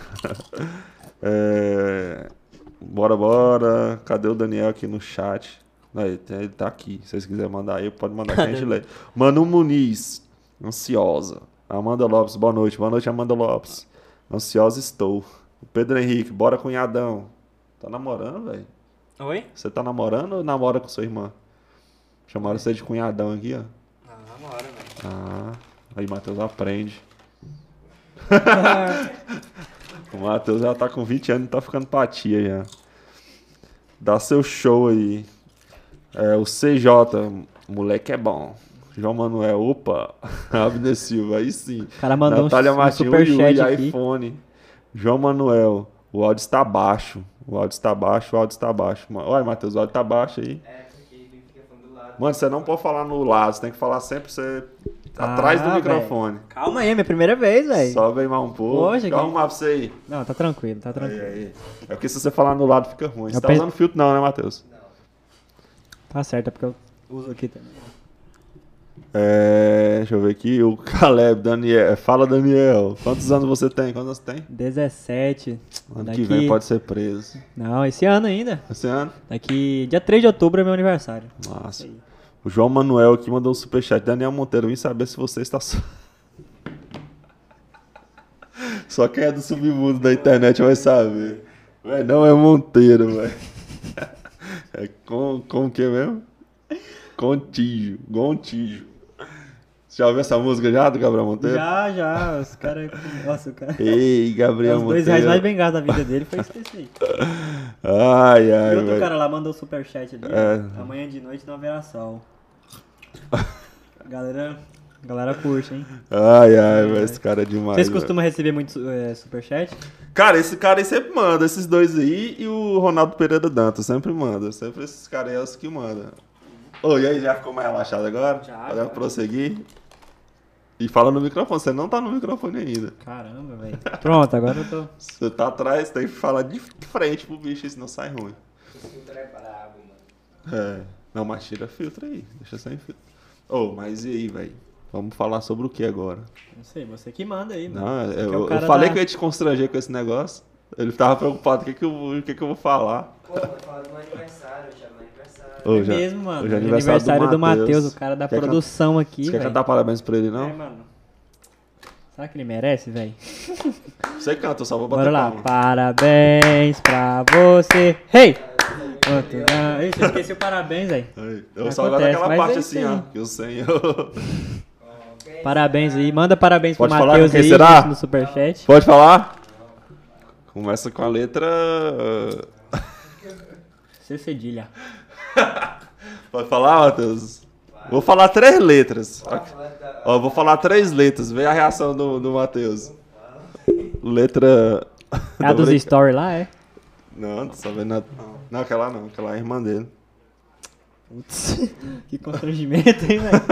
Bora. Cadê o Daniel aqui no chat? Aí, ele tá aqui. Se vocês quiserem mandar aí, pode mandar que a gente lê. Manu Muniz. Ansiosa. Amanda Lopes. Boa noite, Amanda Lopes. Ansiosa estou. O Pedro Henrique. Bora, cunhadão. Tá namorando, velho? Oi? Você tá namorando ou namora com sua irmã? Chamaram você de cunhadão aqui, ó. Não, namora, velho. Ah, aí Matheus aprende. O Matheus já tá com 20 anos e tá ficando patia já. Dá seu show aí. O CJ, moleque é bom. João Manuel, opa. Abner Silva, aí sim. O cara mandou Natália um Martins, superchat aqui. iPhone. João Manuel, o áudio está baixo. Olha, Matheus, o áudio tá baixo aí. É, porque ele fica falando do lado. Mano, você não pode falar no lado, você tem que falar sempre atrás do Ah, microfone. Calma aí, minha primeira vez, velho. Sobe aí mais um pouco. Poxa, Deixa eu que- arrumar pra você aí. Não, tá tranquilo. Aí. É porque se você falar no lado fica ruim. Você Eu tá penso- usando filtro não, né, Matheus? Tá certo, é porque eu uso aqui também. Deixa eu ver aqui. O Caleb, Daniel. Fala, Daniel. Quantos anos você tem? 17. Ano que vem pode ser preso. Não, esse ano ainda. Esse ano? Daqui dia 3 de outubro é meu aniversário. Massa. O João Manuel aqui mandou um superchat. Daniel Monteiro, vim saber se você está só. Só quem é do submundo da internet vai saber. Véi, não é Monteiro, velho. É com o que mesmo? Gontijo. Você já ouviu essa música já do Gabriel Monteiro? Já. Os caras. Nossa, o cara. Ei, Gabriel Os Monteiro. R$2 mais bem gastos da vida dele foi isso aí. Ai, E outro velho. cara lá mandou superchat ali. É. Amanhã de noite não haverá sol. Galera curte, hein? Ai, velho, esse cara é demais. Vocês velho. costumam receber muito superchat? Cara, esse cara aí sempre manda, esses dois aí e o Ronaldo Pereira Dantas sempre manda. Sempre esses caras aí é os que mandam. Ô, e aí, já ficou mais relaxado agora? Já, Podemos já. prosseguir? E fala no microfone, você não tá no microfone ainda. Caramba, velho. Pronto, agora eu tô. Você tá atrás, tem que falar de frente pro bicho, senão sai ruim. O filtro é brabo, mano. Não, mas tira filtro aí, deixa sem filtro. Ô, mas e aí, velho? Vamos falar sobre o que agora? Não sei, você que manda aí, mano. Não, Você que é o eu cara falei da- que eu ia te constranger com esse negócio. Ele tava preocupado, o que eu vou falar? Pô, vai falar do meu aniversário, já é meu aniversário. Ô, É já- mesmo, mano. hoje é Hoje aniversário do do Matheus. Matheus, o cara da Quer produção aqui, Você quer velho. cantar parabéns pra ele, É, não? mano. Será que ele merece, velho? Você canta, eu só vou bater Bora lá. palma. Parabéns pra você. Hey! Quanto dá? Ixi, eu esqueci o parabéns, velho. Aí, eu só gosto Acontece, daquela mas parte é assim, isso ó. aí. Que o Senhor. Parabéns aí. Manda parabéns pro Pode falar Matheus com quem aí será? gente, no superchat. Pode falar? Começa com a letra. C cedilha. Pode falar, Matheus? Vou falar 3 letras. Ó, vou falar 3 letras. Vê a reação do Matheus. Letra. É a Tô dos brincando. stories lá, é? Não, tô sabendo nada. Não, aquela não. Aquela é a irmã dele. Putz, que constrangimento, hein, velho?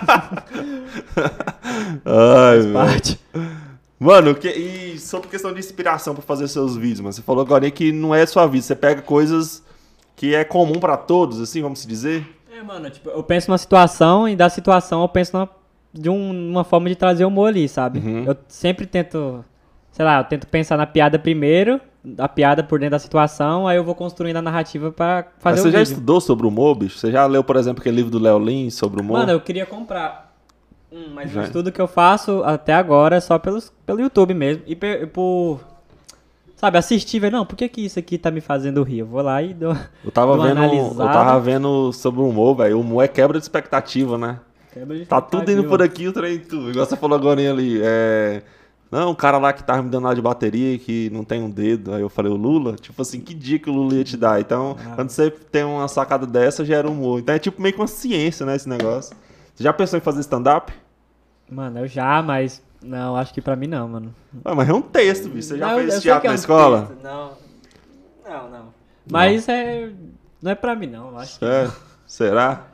Ai, velho. Parte. Mano, e sobre questão de inspiração pra fazer seus vídeos, mano? Você falou agora que não é sua vida, você pega coisas que é comum pra todos, assim, vamos se dizer? É, mano, tipo, eu penso numa situação e da situação eu penso uma forma de trazer humor ali, sabe? Uhum. Eu sempre tento, sei lá, eu tento pensar na piada primeiro, a piada por dentro da situação, aí eu vou construindo a narrativa pra Mas fazer você o já vídeo. estudou sobre humor, bicho? Você já leu, por exemplo, aquele livro do Léo Lins sobre humor? Mano, eu queria comprar. Mas Já. o estudo que eu faço até agora é só pelo YouTube mesmo. E por sabe, assistir, velho, não, por que isso aqui tá me fazendo rir? Eu vou lá e dou Eu tava uma vendo, analisada. eu tava vendo sobre o humor, velho. O humor é quebra de expectativa, né? Quebra de Tá tudo indo expectativa. por aqui, o trem tudo. Igual você falou agora ali. Não, o cara lá que tava me dando lá de bateria, que não tem um dedo. Aí eu falei, o Lula? Tipo assim, que dia que o Lula ia te dar? Então, quando você tem uma sacada dessa, gera humor. Então é tipo meio que uma ciência, né, esse negócio. Você já pensou em fazer stand-up? Mano, eu já, mas não, acho que pra mim não, mano. Ah, mas é um texto, bicho. Você já Não, eu fez sei teatro que é na um escola? texto, Não. Mas não é pra mim não, eu acho que Será?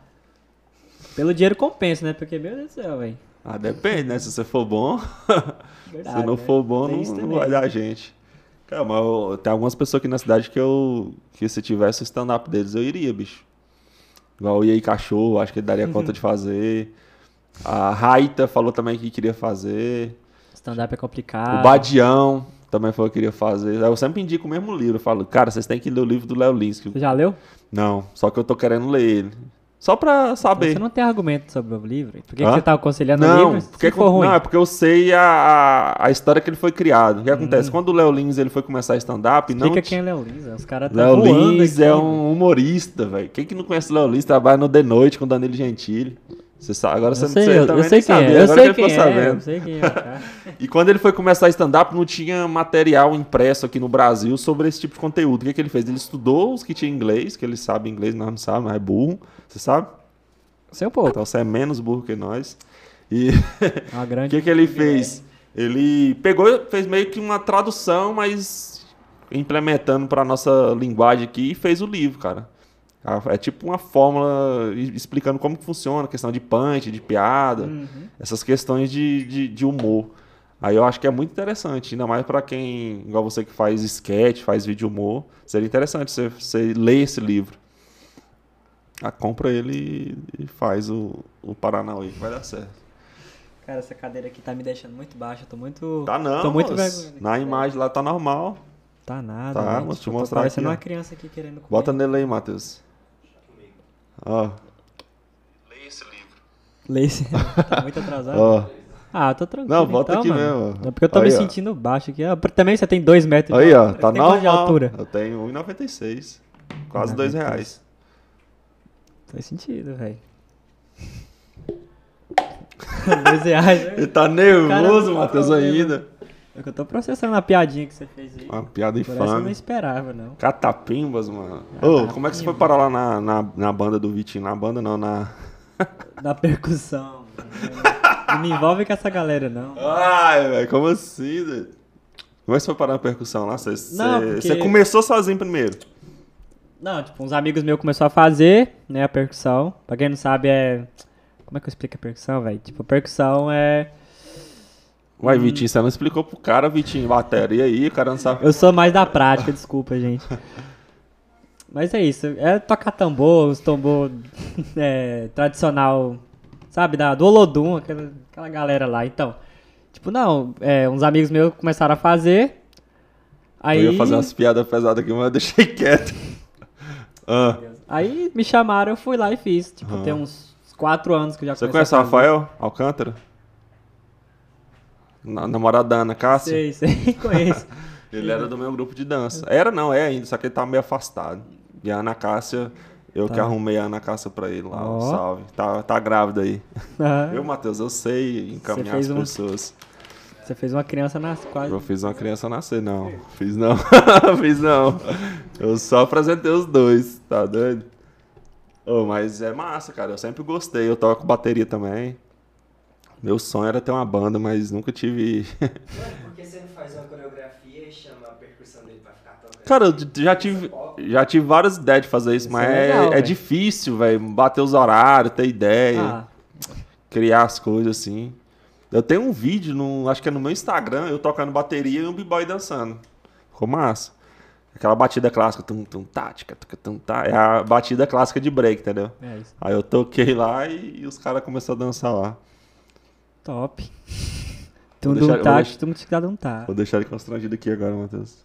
pelo dinheiro compensa, né? Porque, meu Deus do céu, velho. Ah, depende, né? Se você for bom, Verdade, se não né? for bom, Tem isso não também. vai dar gente. Cara, mas tem algumas pessoas aqui na cidade que se tivesse o stand-up deles, eu iria, bicho. Igual o Iei Cachorro, acho que ele daria conta de fazer. A Raita falou também que queria fazer. Stand-up é complicado. O Badião também falou que queria fazer. Eu sempre indico o mesmo livro. Eu falo, cara, vocês têm que ler o livro do Léo Lins. Você já leu? Não, só que eu tô querendo ler ele. Só pra saber. Você não tem argumento sobre o livro? Por que Hã? você tá aconselhando o Não, livro? porque, Se for ruim. não, é porque eu sei a história que ele foi criado. O que acontece? Quando o Léo Lins ele foi começar stand-up, não. Explica quem é Léo Lins. Os caras Léo estão voando Lins aqui, é velho. um humorista, velho. Quem que não conhece o Léo Lins? Trabalha no The Noite com o Danilo Gentili. Você sabe, agora você Eu sei, não eu também sei nem quem sabia. é. Eu Agora sei que quem ele ficou é. sabendo. Eu sei quem é, cara. E quando ele foi começar stand-up, não tinha material impresso aqui no Brasil sobre esse tipo de conteúdo. O que, que ele fez? Ele estudou os que tinham inglês, que ele sabe inglês, nós não sabemos, mas é burro. Você sabe? Sei um pouco. Então você é menos burro que nós. E Uma o grande... que, que ele fez? Ele pegou, fez meio que uma tradução, mas implementando para nossa linguagem aqui e fez o livro, cara. É tipo uma fórmula explicando como que funciona, questão de punch, de piada, essas questões de humor. Aí eu acho que é muito interessante, ainda mais para quem, igual você que faz sketch, faz vídeo humor, seria interessante você ler esse livro. Compra ele e faz o Paranauê, que vai dar certo. Cara, essa cadeira aqui tá me deixando muito baixa. Eu tô muito... Tá não, Tô muito moço. vergonha. Na imagem lá tá normal. Tá nada, Tá, gente. vou te Eu tô mostrar parecendo aqui, uma ó. criança aqui querendo comer. Bota nele aí, Matheus. Ó. Leia esse livro. Lace. Tá muito atrasado. Ó. Ah, eu tô tranquilo. Não, bota então, aqui mano. mesmo. É porque eu tô Aí, me ó. sentindo baixo aqui. Ah, também você tem 2 metros Aí, ó. altura. Tá Você tem quanto de normal. altura? Eu tenho 1,96. Quase 2 reais. Faz sentido, velho. 2 reais, né? Ele tá nervoso, Cara, Matheus, problema. ainda. É que eu tô processando a piadinha que você fez aí. Uma piada Por essa eu não infame. esperava, não. Catapimbas, mano. Ô, como é que você foi parar lá na banda do Vitinho? Na banda não, na... Da percussão. Não me envolve com essa galera, não. Ai, velho, como assim, velho? Como é que você foi parar na percussão lá? Não, porque- Você começou sozinho primeiro? Não, tipo, uns amigos meus começaram a fazer, né, a percussão. Pra quem não sabe, é... Como é que eu explico a percussão, velho? Tipo, a percussão é... Uai, Vitinho, você não explicou pro cara, Vitinho, bateria aí, o cara não sabe. Eu sou mais da prática, desculpa, gente. Mas é isso, é tocar tambor, os tambor tradicional, sabe, do Olodum, aquela galera lá. Então, tipo, não, uns amigos meus começaram a fazer, aí... Eu ia fazer umas piadas pesadas aqui, mas eu deixei quieto. Ah, Aí me chamaram, eu fui lá e fiz. Tipo, tem uns 4 anos que eu já você comecei conhece o a fazer. Rafael Alcântara? Namorado da Ana Cássia? Sei, conheço. Ele era do meu grupo de dança. Era não, é ainda, só que ele tá meio afastado. E a Ana Cássia, eu que arrumei a Ana Cássia pra ele lá, Ó. um salve. Tá grávida aí. Ah, Eu, Matheus, eu sei encaminhar as fez pessoas. Você fez uma criança nas quase. Eu fiz uma criança nascer, não. Fiz não. Fiz não. Eu só apresentei os dois, tá doido? Oh, mas é massa, cara. Eu sempre gostei. Eu toco bateria também. Meu sonho era ter uma banda, mas nunca tive. Ué, por que você não faz uma coreografia e chama a percussão dele pra ficar tocando? Cara, eu já tive várias ideias de fazer isso, Isso mas é legal, é velho. difícil, velho. Bater os horários, ter ideia, Ah, criar as coisas assim. Eu tenho um vídeo, acho que é no meu Instagram, eu tocando bateria e um b-boy dançando. Ficou massa. Aquela batida clássica, tum, tum, tática, tum, tá. É a batida clássica de break, entendeu? é isso. Aí eu toquei lá e os caras começaram a dançar lá. Top. Vou Tum deixar- dum vou tá, deixar- tum tum tá. Vou deixar ele constrangido aqui agora, Matheus.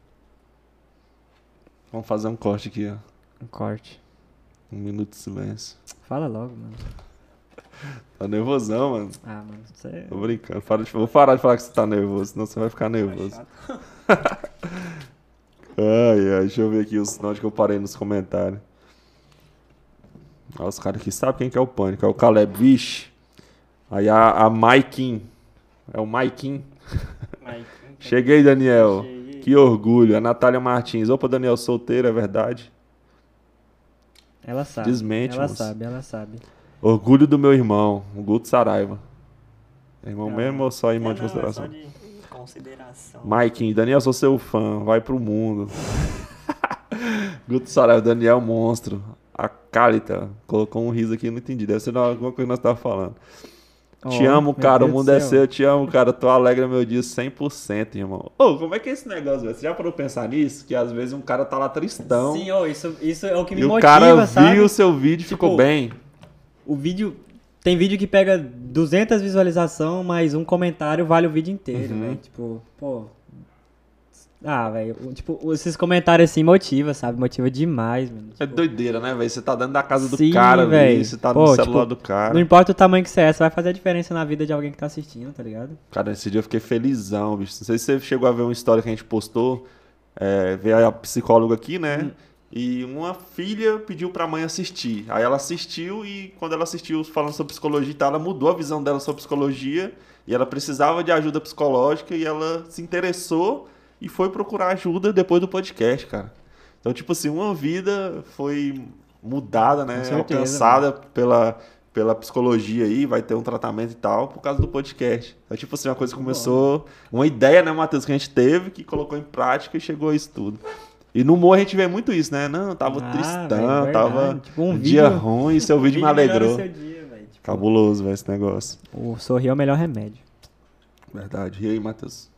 Vamos fazer um corte aqui, ó. Um corte. 1 minuto de silêncio. Fala logo, mano. Tá nervosão, mano. Ah, mano, você... Tô brincando. Vou parar de falar que você tá nervoso, senão você vai ficar nervoso. Deixa eu ver aqui os nomes que eu parei nos comentários. Os caras aqui sabem quem que é o Pânico. É o Caleb, vixe. Aí a Maikin. É o Maikin. Cheguei, Daniel. Que orgulho. A Natália Martins. Opa, Daniel, solteiro, é verdade? Ela sabe. Desmente, ela moço. ela sabe. Orgulho do meu irmão, o Guto Saraiva. É irmão mesmo ou só irmão de consideração? É só de consideração. Maikin, Daniel, sou seu fã. Vai pro mundo. Guto Saraiva, Daniel, monstro. A Cálita colocou um riso aqui, não entendi. Deve ser alguma coisa que nós estávamos falando. Te amo, cara. O mundo é seu. Eu te amo, cara. Tu alegra meu dia 100%, irmão. Como é que é esse negócio, velho? Você já parou pensar nisso? Que às vezes um cara tá lá tristão. Sim, isso é o que me motiva, motiva, o cara viu o seu vídeo e ficou bem. O vídeo... Tem vídeo que pega 200 visualizações, mas um comentário vale o vídeo inteiro, velho. Tipo, pô... velho, tipo, esses comentários assim motiva, sabe? Motiva demais, mano. Tipo... É doideira, né, velho? Você tá dentro da casa do cara, velho. Você tá no celular do cara. Não importa o tamanho que você é, você vai fazer a diferença na vida de alguém que tá assistindo, tá ligado? Cara, esse dia eu fiquei felizão, bicho. Não sei se você chegou a ver uma história que a gente postou. Veio a psicóloga aqui, né? E uma filha pediu pra mãe assistir. Aí ela assistiu e quando ela assistiu falando sobre psicologia e tal, ela mudou a visão dela sobre psicologia. E ela precisava de ajuda psicológica e ela se interessou e foi procurar ajuda depois do podcast, cara. Então, tipo assim, uma vida foi mudada, né? Alcançada pela psicologia aí, vai ter um tratamento e tal, por causa do podcast. Então, tipo assim, uma coisa que começou... Uma ideia, né, Matheus, que a gente teve, que colocou em prática e chegou a isso tudo. E no humor a gente vê muito isso, né? Não, tava tristão, véio, tava tipo, um dia ruim e seu vídeo me alegrou. Seu dia, tipo... Cabuloso, velho, esse negócio. O sorrir é o melhor remédio. Verdade. E aí, Matheus?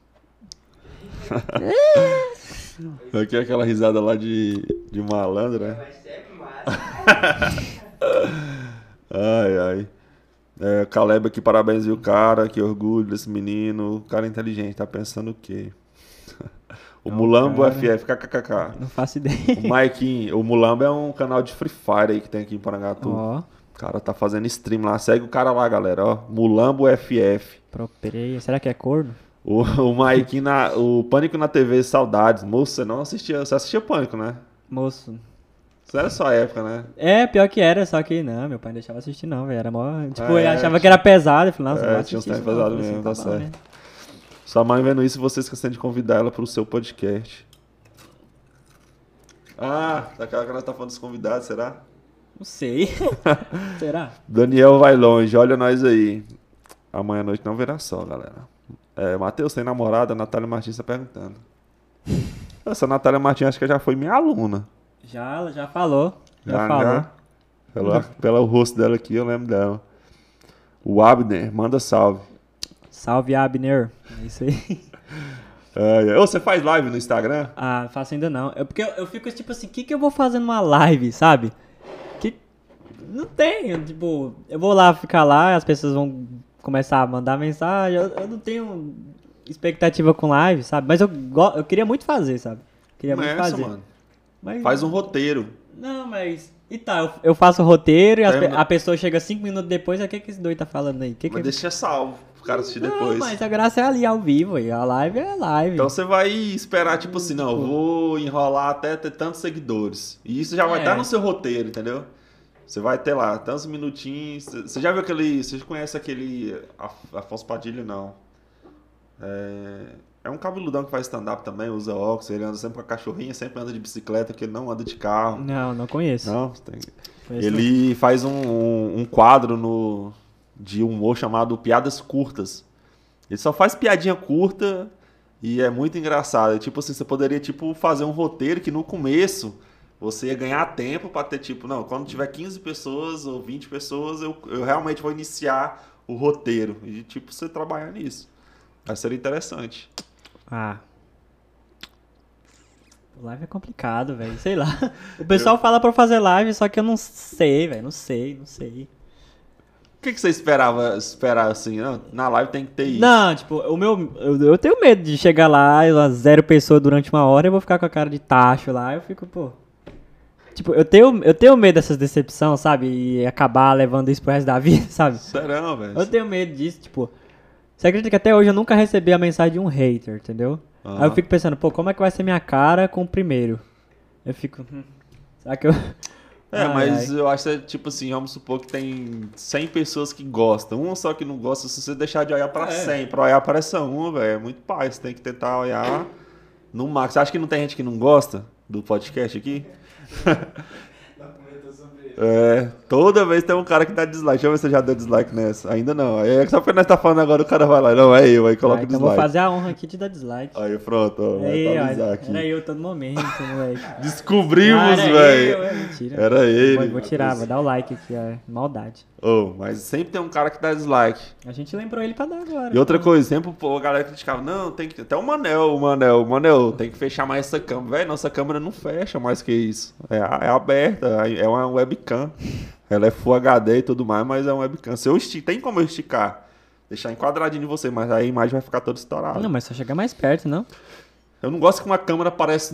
Aqui é aquela risada lá de malandro, né? Mas sempre massa. Ai. Caleb aqui, parabéns, viu, cara? Que orgulho desse menino. O cara é inteligente, tá pensando o quê? O Mulambo FF, kkkk. Não faço ideia. O Maikin, o Mulambo é um canal de Free Fire aí que tem aqui em Porangatu. Ó. O cara tá fazendo stream lá. Segue o cara lá, galera, ó. Mulambo FF. Propeia. Será que é corno? O Maikin, o Pânico na TV, saudades. Moço, você não assistia, você assistia Pânico, né? Moço. Isso era sua época, né? Pior que era, só que não, meu pai não deixava assistir não, velho. Era mó... Tipo, ele achava que era pesado. Eu falei, nossa, não vou assistir. Tinha uns pesados mesmo, assim, tá bom, certo. né? Sua mãe vendo isso, você esquecendo de convidar ela pro seu podcast. Daquela que ela tá falando dos convidados, será? Não sei. Será? Daniel vai longe, olha nós aí. Amanhã à noite não verá só, galera. Matheus, tem namorada? A Natália Martins tá perguntando. Essa Natália Martins acho que já foi minha aluna. Já, já falou. Já falou. Pelo rosto dela aqui, eu lembro dela. O Abner, manda salve. Salve, Abner. É isso aí. Você faz live no Instagram? Faço ainda não. Porque eu fico tipo assim, o que eu vou fazer numa live, sabe? Não tem, tipo, eu vou lá ficar lá, as pessoas vão começar a mandar mensagem, eu não tenho expectativa com live, sabe? Mas eu queria muito fazer, sabe? Queria muito fazer. Mano. Mas... Faz um roteiro. Não, mas... E tá, eu faço o roteiro e a pessoa chega 5 minutos depois, o que esse doido tá falando aí? Mas deixa salvo pro cara assistir depois. Mas a graça é ali ao vivo, e a live é live. Então você vai esperar, tipo assim, não, eu vou enrolar até ter tantos seguidores. E isso já vai estar no seu roteiro, entendeu? Você vai ter lá tantos minutinhos. Você já viu aquele... Você conhece aquele... Afonso Padilha, não. É um cabeludão que faz stand-up também, usa óculos, ele anda sempre com a cachorrinha, sempre anda de bicicleta, porque ele não anda de carro. Não conheço. Não? Ele faz um quadro de humor chamado Piadas Curtas. Ele só faz piadinha curta e é muito engraçado. Tipo assim, você poderia fazer um roteiro que no começo você ia ganhar tempo pra ter não, quando tiver 15 pessoas ou 20 pessoas, eu realmente vou iniciar o roteiro. E você trabalhar nisso. Aí seria interessante. Live é complicado, velho. Sei lá. O pessoal fala pra eu fazer live, só que eu não sei, velho. Não sei. O que você esperava assim? Não, na live tem que ter isso. Não, tipo, eu tenho medo de chegar lá e 0 pessoas durante 1 hora e eu vou ficar com a cara de tacho lá. Eu fico, pô... Tipo, eu tenho medo dessas decepções, sabe? E acabar levando isso pro resto da vida, sabe? Serão, velho. Eu tenho medo disso, tipo... Você acredita que até hoje eu nunca recebi a mensagem de um hater, entendeu? Aí eu fico pensando, pô, como é que vai ser minha cara com o primeiro? Eu fico, será que eu... Mas eu acho que, tipo assim, vamos supor que tem 100 pessoas que gostam. Uma só que não gosta, se você deixar de olhar pra 100, pra olhar para essa uma, velho, é muito pai. Você tem que tentar olhar no máximo. Você acha que não tem gente que não gosta do podcast aqui? Toda vez tem um cara que dá dislike. Deixa eu ver se você já deu dislike nessa. Ainda não. Aí só porque nós tá falando agora, o cara vai lá. Não, é eu. Aí coloca o então dislike. Vou fazer a honra aqui de dar dislike. Aí, pronto. Ó, vai atualizar aqui. Era eu todo momento, moleque. Descobrimos, velho. Mentira. Era ele. Vou tirar, vou dar o like aqui, maldade. Mas sempre tem um cara que dá dislike. A gente lembrou ele pra dar agora. E outra coisa, sempre a galera criticava, não, tem que... Até o Manel, tem que fechar mais essa câmera. Velho, nossa câmera não fecha mais que isso. É aberta, é uma webcam. Ela é Full HD e tudo mais, mas é uma webcam. Se eu tem como eu esticar, deixar enquadradinho em você, mas aí a imagem vai ficar toda estourada. Não, mas só chegar mais perto, não? Eu não gosto que uma câmera aparece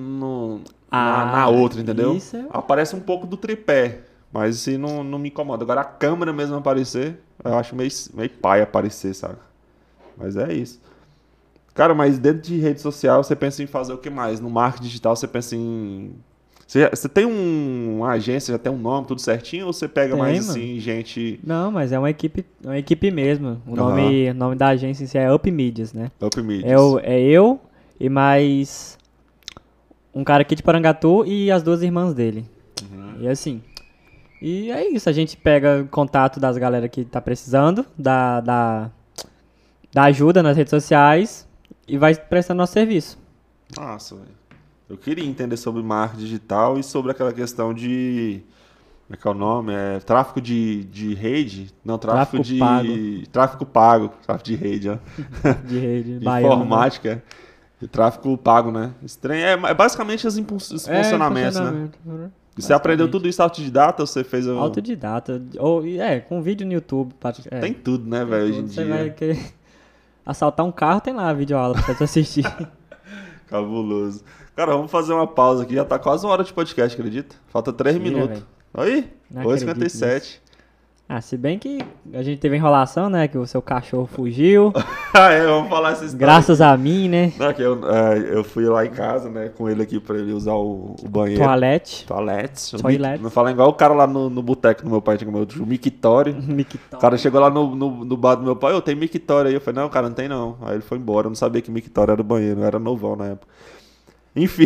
na outra, entendeu? Isso. Aparece um pouco do tripé. Mas isso não me incomoda. Agora a câmera mesmo aparecer, eu acho meio pai aparecer, sabe? Mas é isso. Cara, mas dentro de rede social você pensa em fazer o que mais? No marketing digital você pensa em... Você tem uma agência, já tem um nome, tudo certinho? Ou você pega mais assim, gente... Não, mas é uma equipe mesmo. O nome da agência em si é Up Medias, né? Up Medias. É eu e mais um cara aqui de Parangatu e as 2 irmãs dele. E assim... E é isso, a gente pega contato das galera que tá precisando da ajuda nas redes sociais e vai prestando nosso serviço. Nossa, velho. Eu queria entender sobre marketing digital e sobre aquela questão de... Como é que é o nome? Tráfego de rede? Não, tráfego de... pago. Tráfego pago. Tráfego de rede, ó. De rede. De informática. Né? E tráfego pago, né? É basicamente os funcionamentos, né? E você aprendeu tudo isso autodidata ou você fez... Autodidata. Com vídeo no YouTube. Tem tudo, né, velho, hoje em dia. Você vai querer assaltar um carro, tem lá a videoaula pra você assistir. Cabuloso. Cara, vamos fazer uma pausa aqui. Já tá quase 1 hora de podcast, acredita? Falta 3 minutos. Aí, 8h57. Se bem que a gente teve enrolação, né? Que o seu cachorro fugiu. Vamos falar essa história. Graças a mim, né? Não, que eu fui lá em casa, né? Com ele aqui pra ele usar o banheiro. Toilette. Não fala igual o cara lá no boteco do meu pai, tinha o mictório. O cara chegou lá no bar do meu pai, tem mictório aí. Eu falei, não, cara, não tem não. Aí ele foi embora, eu não sabia que mictório era banheiro, eu era novão na época. Enfim,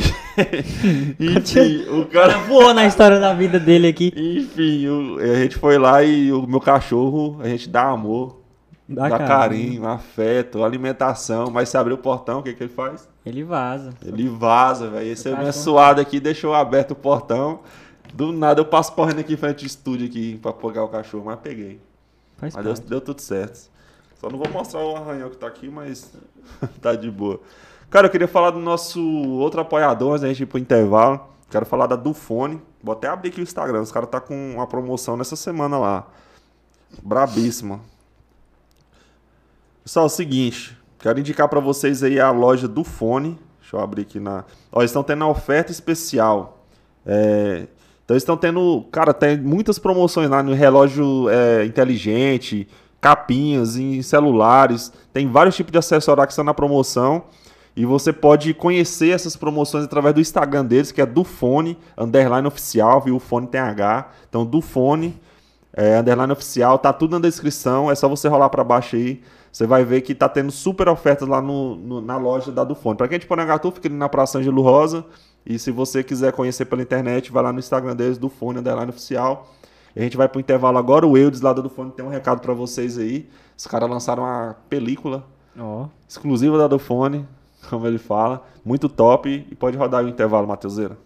o cara voou na história da vida dele aqui. Enfim, a gente foi lá e o meu cachorro, a gente dá amor, dá carinho, afeto, alimentação, mas se abrir o portão, o que ele faz? Ele vaza. Velho. Esse é suado aqui, deixou aberto o portão. Do nada eu passo correndo aqui em frente do estúdio aqui pra pegar o cachorro, mas peguei. Mas deu tudo certo. Só não vou mostrar o arranhão que tá aqui, mas tá de boa. Cara, eu queria falar do nosso outro apoiador, antes da gente ir pro intervalo. Quero falar da Dufone. Vou até abrir aqui o Instagram. Os caras tá com uma promoção nessa semana lá. Brabíssima. Pessoal, é o seguinte. Quero indicar pra vocês aí a loja Dufone. Deixa eu abrir aqui na... Eles estão tendo a oferta especial. Então eles estão tendo... Cara, tem muitas promoções lá no relógio inteligente, capinhas em celulares. Tem vários tipos de acessórios que estão na promoção. E você pode conhecer essas promoções através do Instagram deles, que é Dufone, _oficial, viu? O fone tem H. Então, Dufone, _oficial, tá tudo na descrição, é só você rolar para baixo aí. Você vai ver que tá tendo super ofertas lá na loja da Dufone. Para quem é de Porangatu, fica ali na Praça Ângelo Rosa. E se você quiser conhecer pela internet, vai lá no Instagram deles, Dufone, _oficial. E a gente vai pro intervalo agora. O Eudes lá da Dufone tem um recado para vocês aí. Os caras lançaram uma película exclusiva da Dufone, como ele fala, muito top, e pode rodar o intervalo, Matheuseira.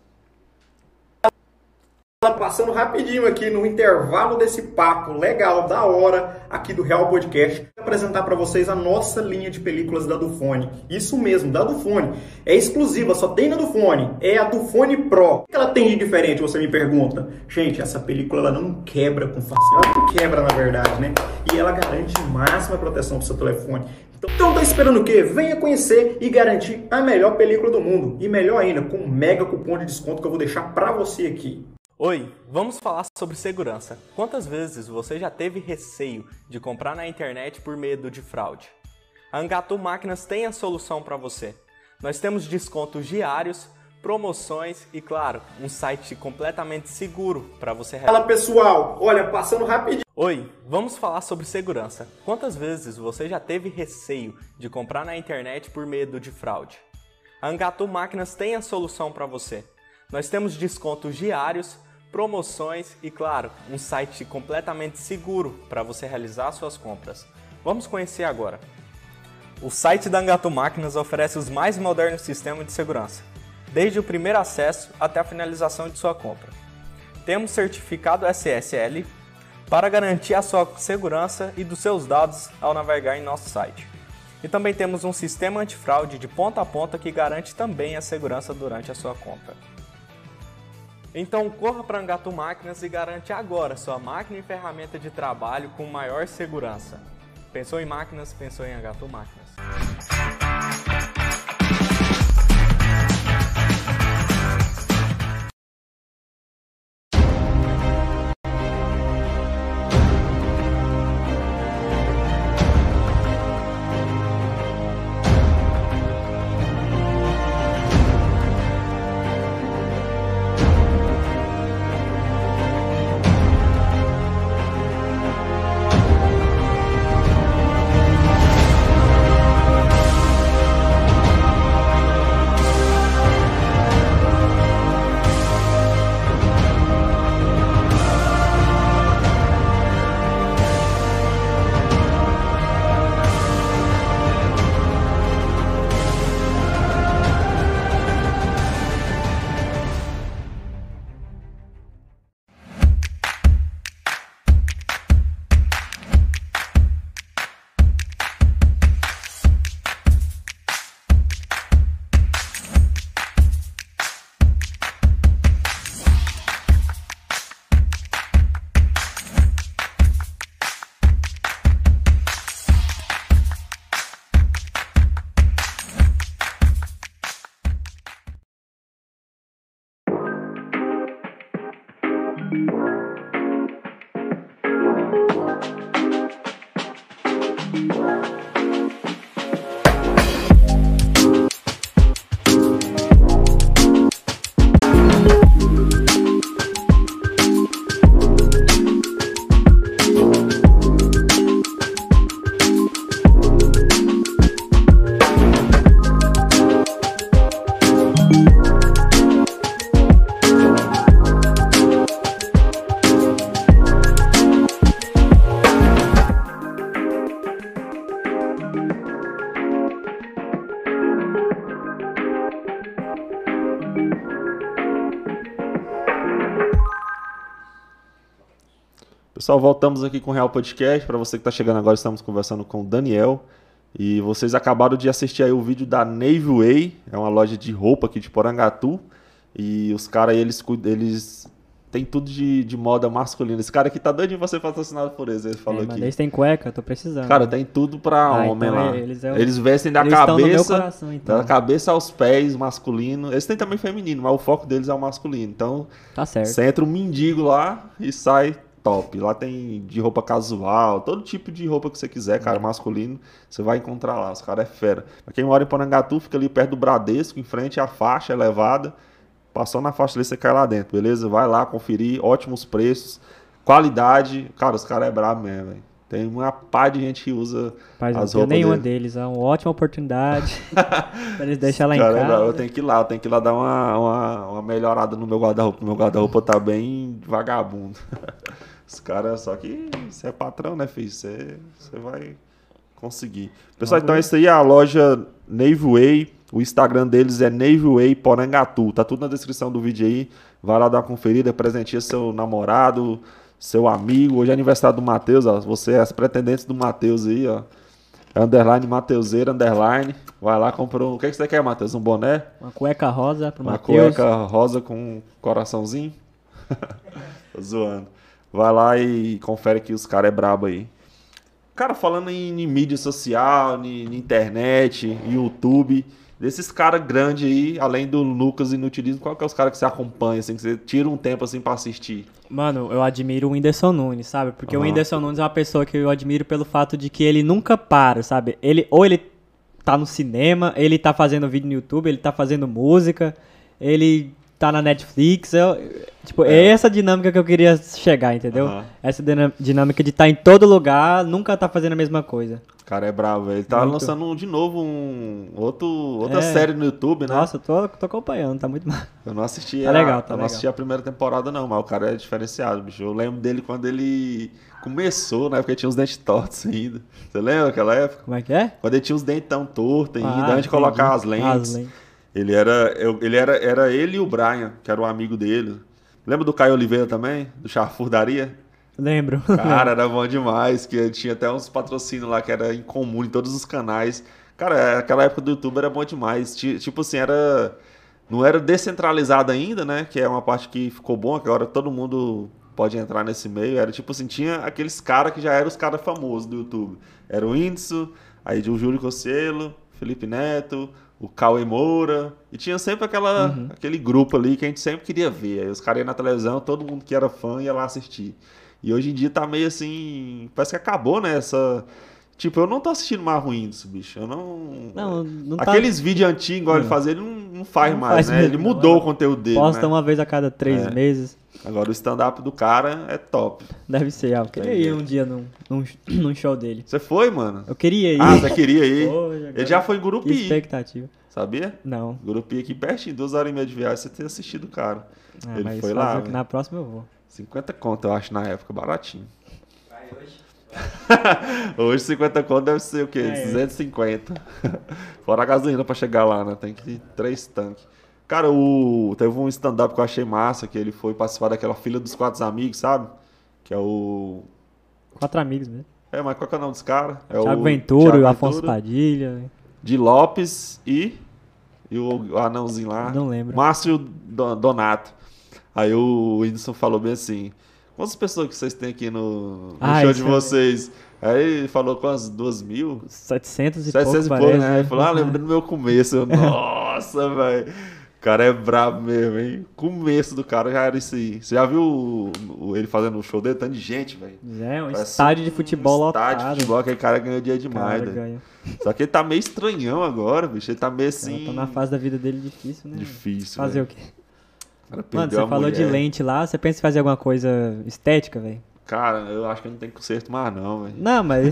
Passando rapidinho aqui no intervalo desse papo legal, da hora, aqui do Real Podcast, vou apresentar para vocês a nossa linha de películas da Dufone. Isso mesmo, da Dufone. É exclusiva, só tem na Dufone. É a Dufone Pro. O que ela tem de diferente, você me pergunta? Gente, essa película ela não quebra com facilidade. Ela não quebra, na verdade, né? E ela garante máxima proteção pro seu telefone. Então tá esperando o quê? Venha conhecer e garantir a melhor película do mundo. E melhor ainda, com um mega cupom de desconto que eu vou deixar pra você aqui. Oi, vamos falar sobre segurança. Quantas vezes você já teve receio de comprar na internet por medo de fraude? A Angatu Máquinas tem a solução para você. Nós temos descontos diários, promoções e, claro, um site completamente seguro para você... Fala pessoal, olha, passando rapidinho. Oi, vamos falar sobre segurança. Quantas vezes você já teve receio de comprar na internet por medo de fraude? A Angatu Máquinas tem a solução para você. Nós temos descontos diários, promoções e, claro, um site completamente seguro para você realizar suas compras. Vamos conhecer agora. O site da Angatu Máquinas oferece os mais modernos sistemas de segurança, desde o primeiro acesso até a finalização de sua compra. Temos certificado SSL para garantir a sua segurança e dos seus dados ao navegar em nosso site. E também temos um sistema antifraude de ponta a ponta que garante também a segurança durante a sua compra. Então corra para a Angatu Máquinas e garante agora sua máquina e ferramenta de trabalho com maior segurança. Pensou em máquinas? Pensou em Angatu Máquinas. Pessoal, voltamos aqui com o Real Podcast. Para você que está chegando agora, estamos conversando com o Daniel. E vocês acabaram de assistir aí o vídeo da Navy Way. É uma loja de roupa aqui de Porangatu. E os caras aí, eles têm tudo de moda masculina. Esse cara aqui tá doidinho pra ser patrocinado por eles. Ele falou aqui. Mas eles têm cueca, eu tô precisando. Cara, tem tudo pra homem então lá. Eles vestem da eles cabeça, estão no meu coração, então. da cabeça aos pés, masculino. Eles têm também feminino, mas o foco deles é o masculino. Então, tá certo. Você entra um mendigo lá e sai top. Lá tem de roupa casual, todo tipo de roupa que você quiser, cara, masculino, você vai encontrar lá. Os caras é fera. Pra quem mora em Porangatu, fica ali perto do Bradesco, em frente à faixa elevada. Passou na faixa ali, você cai lá dentro, beleza? Vai lá conferir, ótimos preços, qualidade. Cara, os caras é brabo mesmo, velho. Tem uma pá de gente que usa as roupas nenhuma deles. É uma ótima oportunidade pra eles deixarem lá em casa. Eu tenho que ir lá dar uma melhorada no meu guarda-roupa. Meu guarda-roupa tá bem vagabundo. Os caras, só que você é patrão, né, filho? Você vai conseguir. Pessoal, então essa aí é a loja Navy Way. O Instagram deles é Navy Way Porangatu. Tá tudo na descrição do vídeo aí. Vai lá dar uma conferida, presenteia seu namorado, seu amigo. Hoje é aniversário do Matheus, ó. Você é as pretendentes do Matheus aí, ó. Underline Mateuseira, underline. Vai lá, comprou. O que você quer, Matheus? Um boné? Uma cueca rosa pro Matheus. Uma cueca rosa com um coraçãozinho. Tô zoando. Vai lá e confere que os caras é brabo aí. Cara, falando em mídia social, em internet, YouTube, desses caras grandes aí, além do Lucas Inutilismo, qual que é os caras que você acompanha, assim, que você tira um tempo assim pra assistir? Mano, eu admiro o Whindersson Nunes, sabe? Porque o Whindersson Nunes é uma pessoa que eu admiro pelo fato de que ele nunca para, sabe? Ele tá no cinema, ele tá fazendo vídeo no YouTube, ele tá fazendo música, ele tá na Netflix. É essa dinâmica que eu queria chegar, entendeu? Uhum. Essa dinâmica de estar em todo lugar, nunca tá fazendo a mesma coisa. O cara é bravo, ele tá lançando de novo outra série no YouTube, né? Nossa, eu tô acompanhando, tá muito mal. Eu não assisti, Tá assisti a primeira temporada não, mas o cara é diferenciado, bicho. Eu lembro dele quando ele começou, né? Porque tinha os dentes tortos ainda. Você lembra daquela época? Como é que é? Quando ele tinha os dentão tortos ainda, antes de colocar as lentes. Ele era ele e o Brian, que era o amigo dele. Lembra do Caio Oliveira também? Do Chafurdaria? Lembro. Cara, era bom demais, que tinha até uns patrocínios lá que era incomum em todos os canais. Cara, aquela época do YouTube era bom demais. Tipo assim, não era descentralizado ainda, né? Que é uma parte que ficou bom, que agora todo mundo pode entrar nesse meio. Era tipo assim, tinha aqueles caras que já eram os caras famosos do YouTube. Era o Whindersson, aí o Júlio Cocielo, Felipe Neto, o Cauê Moura, e tinha sempre aquele grupo ali que a gente sempre queria ver. Aí os caras iam na televisão, todo mundo que era fã ia lá assistir. E hoje em dia tá meio assim, parece que acabou, né, Tipo, eu não tô assistindo mais ruim disso, bicho. Eu não tá... Aqueles vídeos antigos, igual ele fazia, ele não faz mais, né? Ele mudou o conteúdo dele, posta né? uma vez a cada 3 meses. Agora o stand-up do cara é top. Deve ser, eu queria ir um dia num show dele. Você foi, mano? Eu queria ir. Ah, você queria ir? Poxa, ele já foi em Gurupi. Que expectativa. Sabia? Não. Gurupi aqui pertinho, 2h30 de viagem, você ter assistido o cara. Ele foi lá. Na próxima eu vou. 50 conto, eu acho, na época, baratinho. Vai hoje. Hoje 50 conto deve ser o quê? 250. Fora a gasolina pra chegar lá, né? Tem que ir 3 tanques. Cara, teve um stand-up que eu achei massa, que ele foi participar daquela Fila dos 4 Amigos, sabe? Que é o... 4 amigos mesmo. Mas qual que é o nome dos caras? Thiago Ventura, o Afonso Padilha. Di Lopes e o anãozinho lá. Não lembro. Márcio Donato. Aí o Whindersson falou bem assim: quantas pessoas que vocês têm aqui no show de vocês? Aí ele falou quantas? 2.000? 700 e 700 pouco, e pouco, parece, né? Ele falou, lembra do meu começo. Eu, nossa, velho. O cara é brabo mesmo, hein? Começo do cara já era isso aí. Você já viu ele fazendo o show dele? Tanto de gente, velho. Estádio de futebol lotado. Estádio de futebol, aquele cara ganhou dia demais, velho. Só que ele tá meio estranhão agora, bicho. Ele tá meio assim... Tá na fase da vida dele difícil, né? Difícil, fazer véio. O quê? Mano, você falou de lente lá, você pensa em fazer alguma coisa estética, velho? Cara, eu acho que não tem conserto mais não, velho. Não, mas...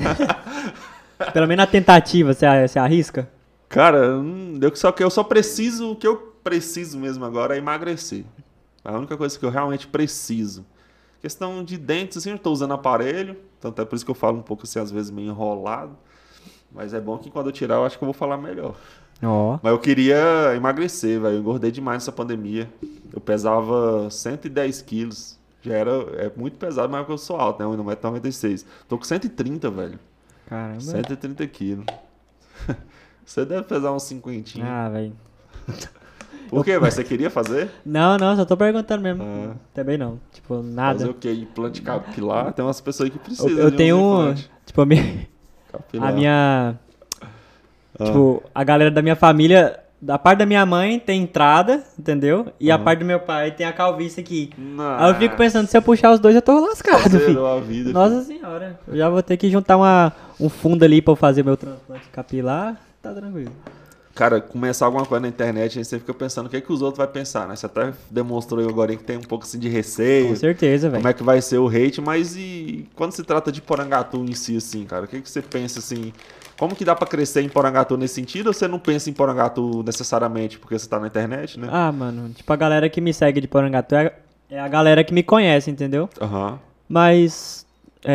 Pelo menos na tentativa, você arrisca? Cara, eu só preciso... O que eu preciso mesmo agora é emagrecer. É a única coisa que eu realmente preciso. Questão de dentes, assim, eu tô usando aparelho. Tanto é por isso que eu falo um pouco assim, às vezes meio enrolado. Mas é bom que quando eu tirar, eu acho que eu vou falar melhor. Mas eu queria emagrecer, velho. Eu engordei demais nessa pandemia. Eu pesava 110 quilos. É muito pesado, mas eu sou alto, né? 1,96 m. Tô com 130, velho. Caramba. 130 quilos. Você deve pesar uns 50. Ah, velho. Por quê, velho? Você queria fazer? Não, só tô perguntando mesmo. Também não. Tipo, nada. Fazer o quê? Implante capilar? Tem umas pessoas que precisam. Eu tenho tipo, a minha... Tipo, a galera da minha família, da parte da minha mãe tem entrada, entendeu? E a parte do meu pai tem a calvície aqui. Nossa. Aí eu fico pensando, se eu puxar os dois, eu tô lascado, filho. A vida, Nossa senhora. Eu já vou ter que juntar um fundo ali pra eu fazer meu transplante capilar. Tá tranquilo. Cara, começar alguma coisa na internet, aí você fica pensando o que os outros vão pensar, né? Você até demonstrou agora que tem um pouco assim de receio. Com certeza, velho. Como é que vai ser o hate, mas e quando se trata de Porangatu em si, assim, cara? O que você pensa, assim... Como que dá pra crescer em Porangatu nesse sentido? Ou você não pensa em Porangatu necessariamente porque você tá na internet, né? Ah, mano, tipo, a galera que me segue de Porangatu é a galera que me conhece, entendeu? Mas,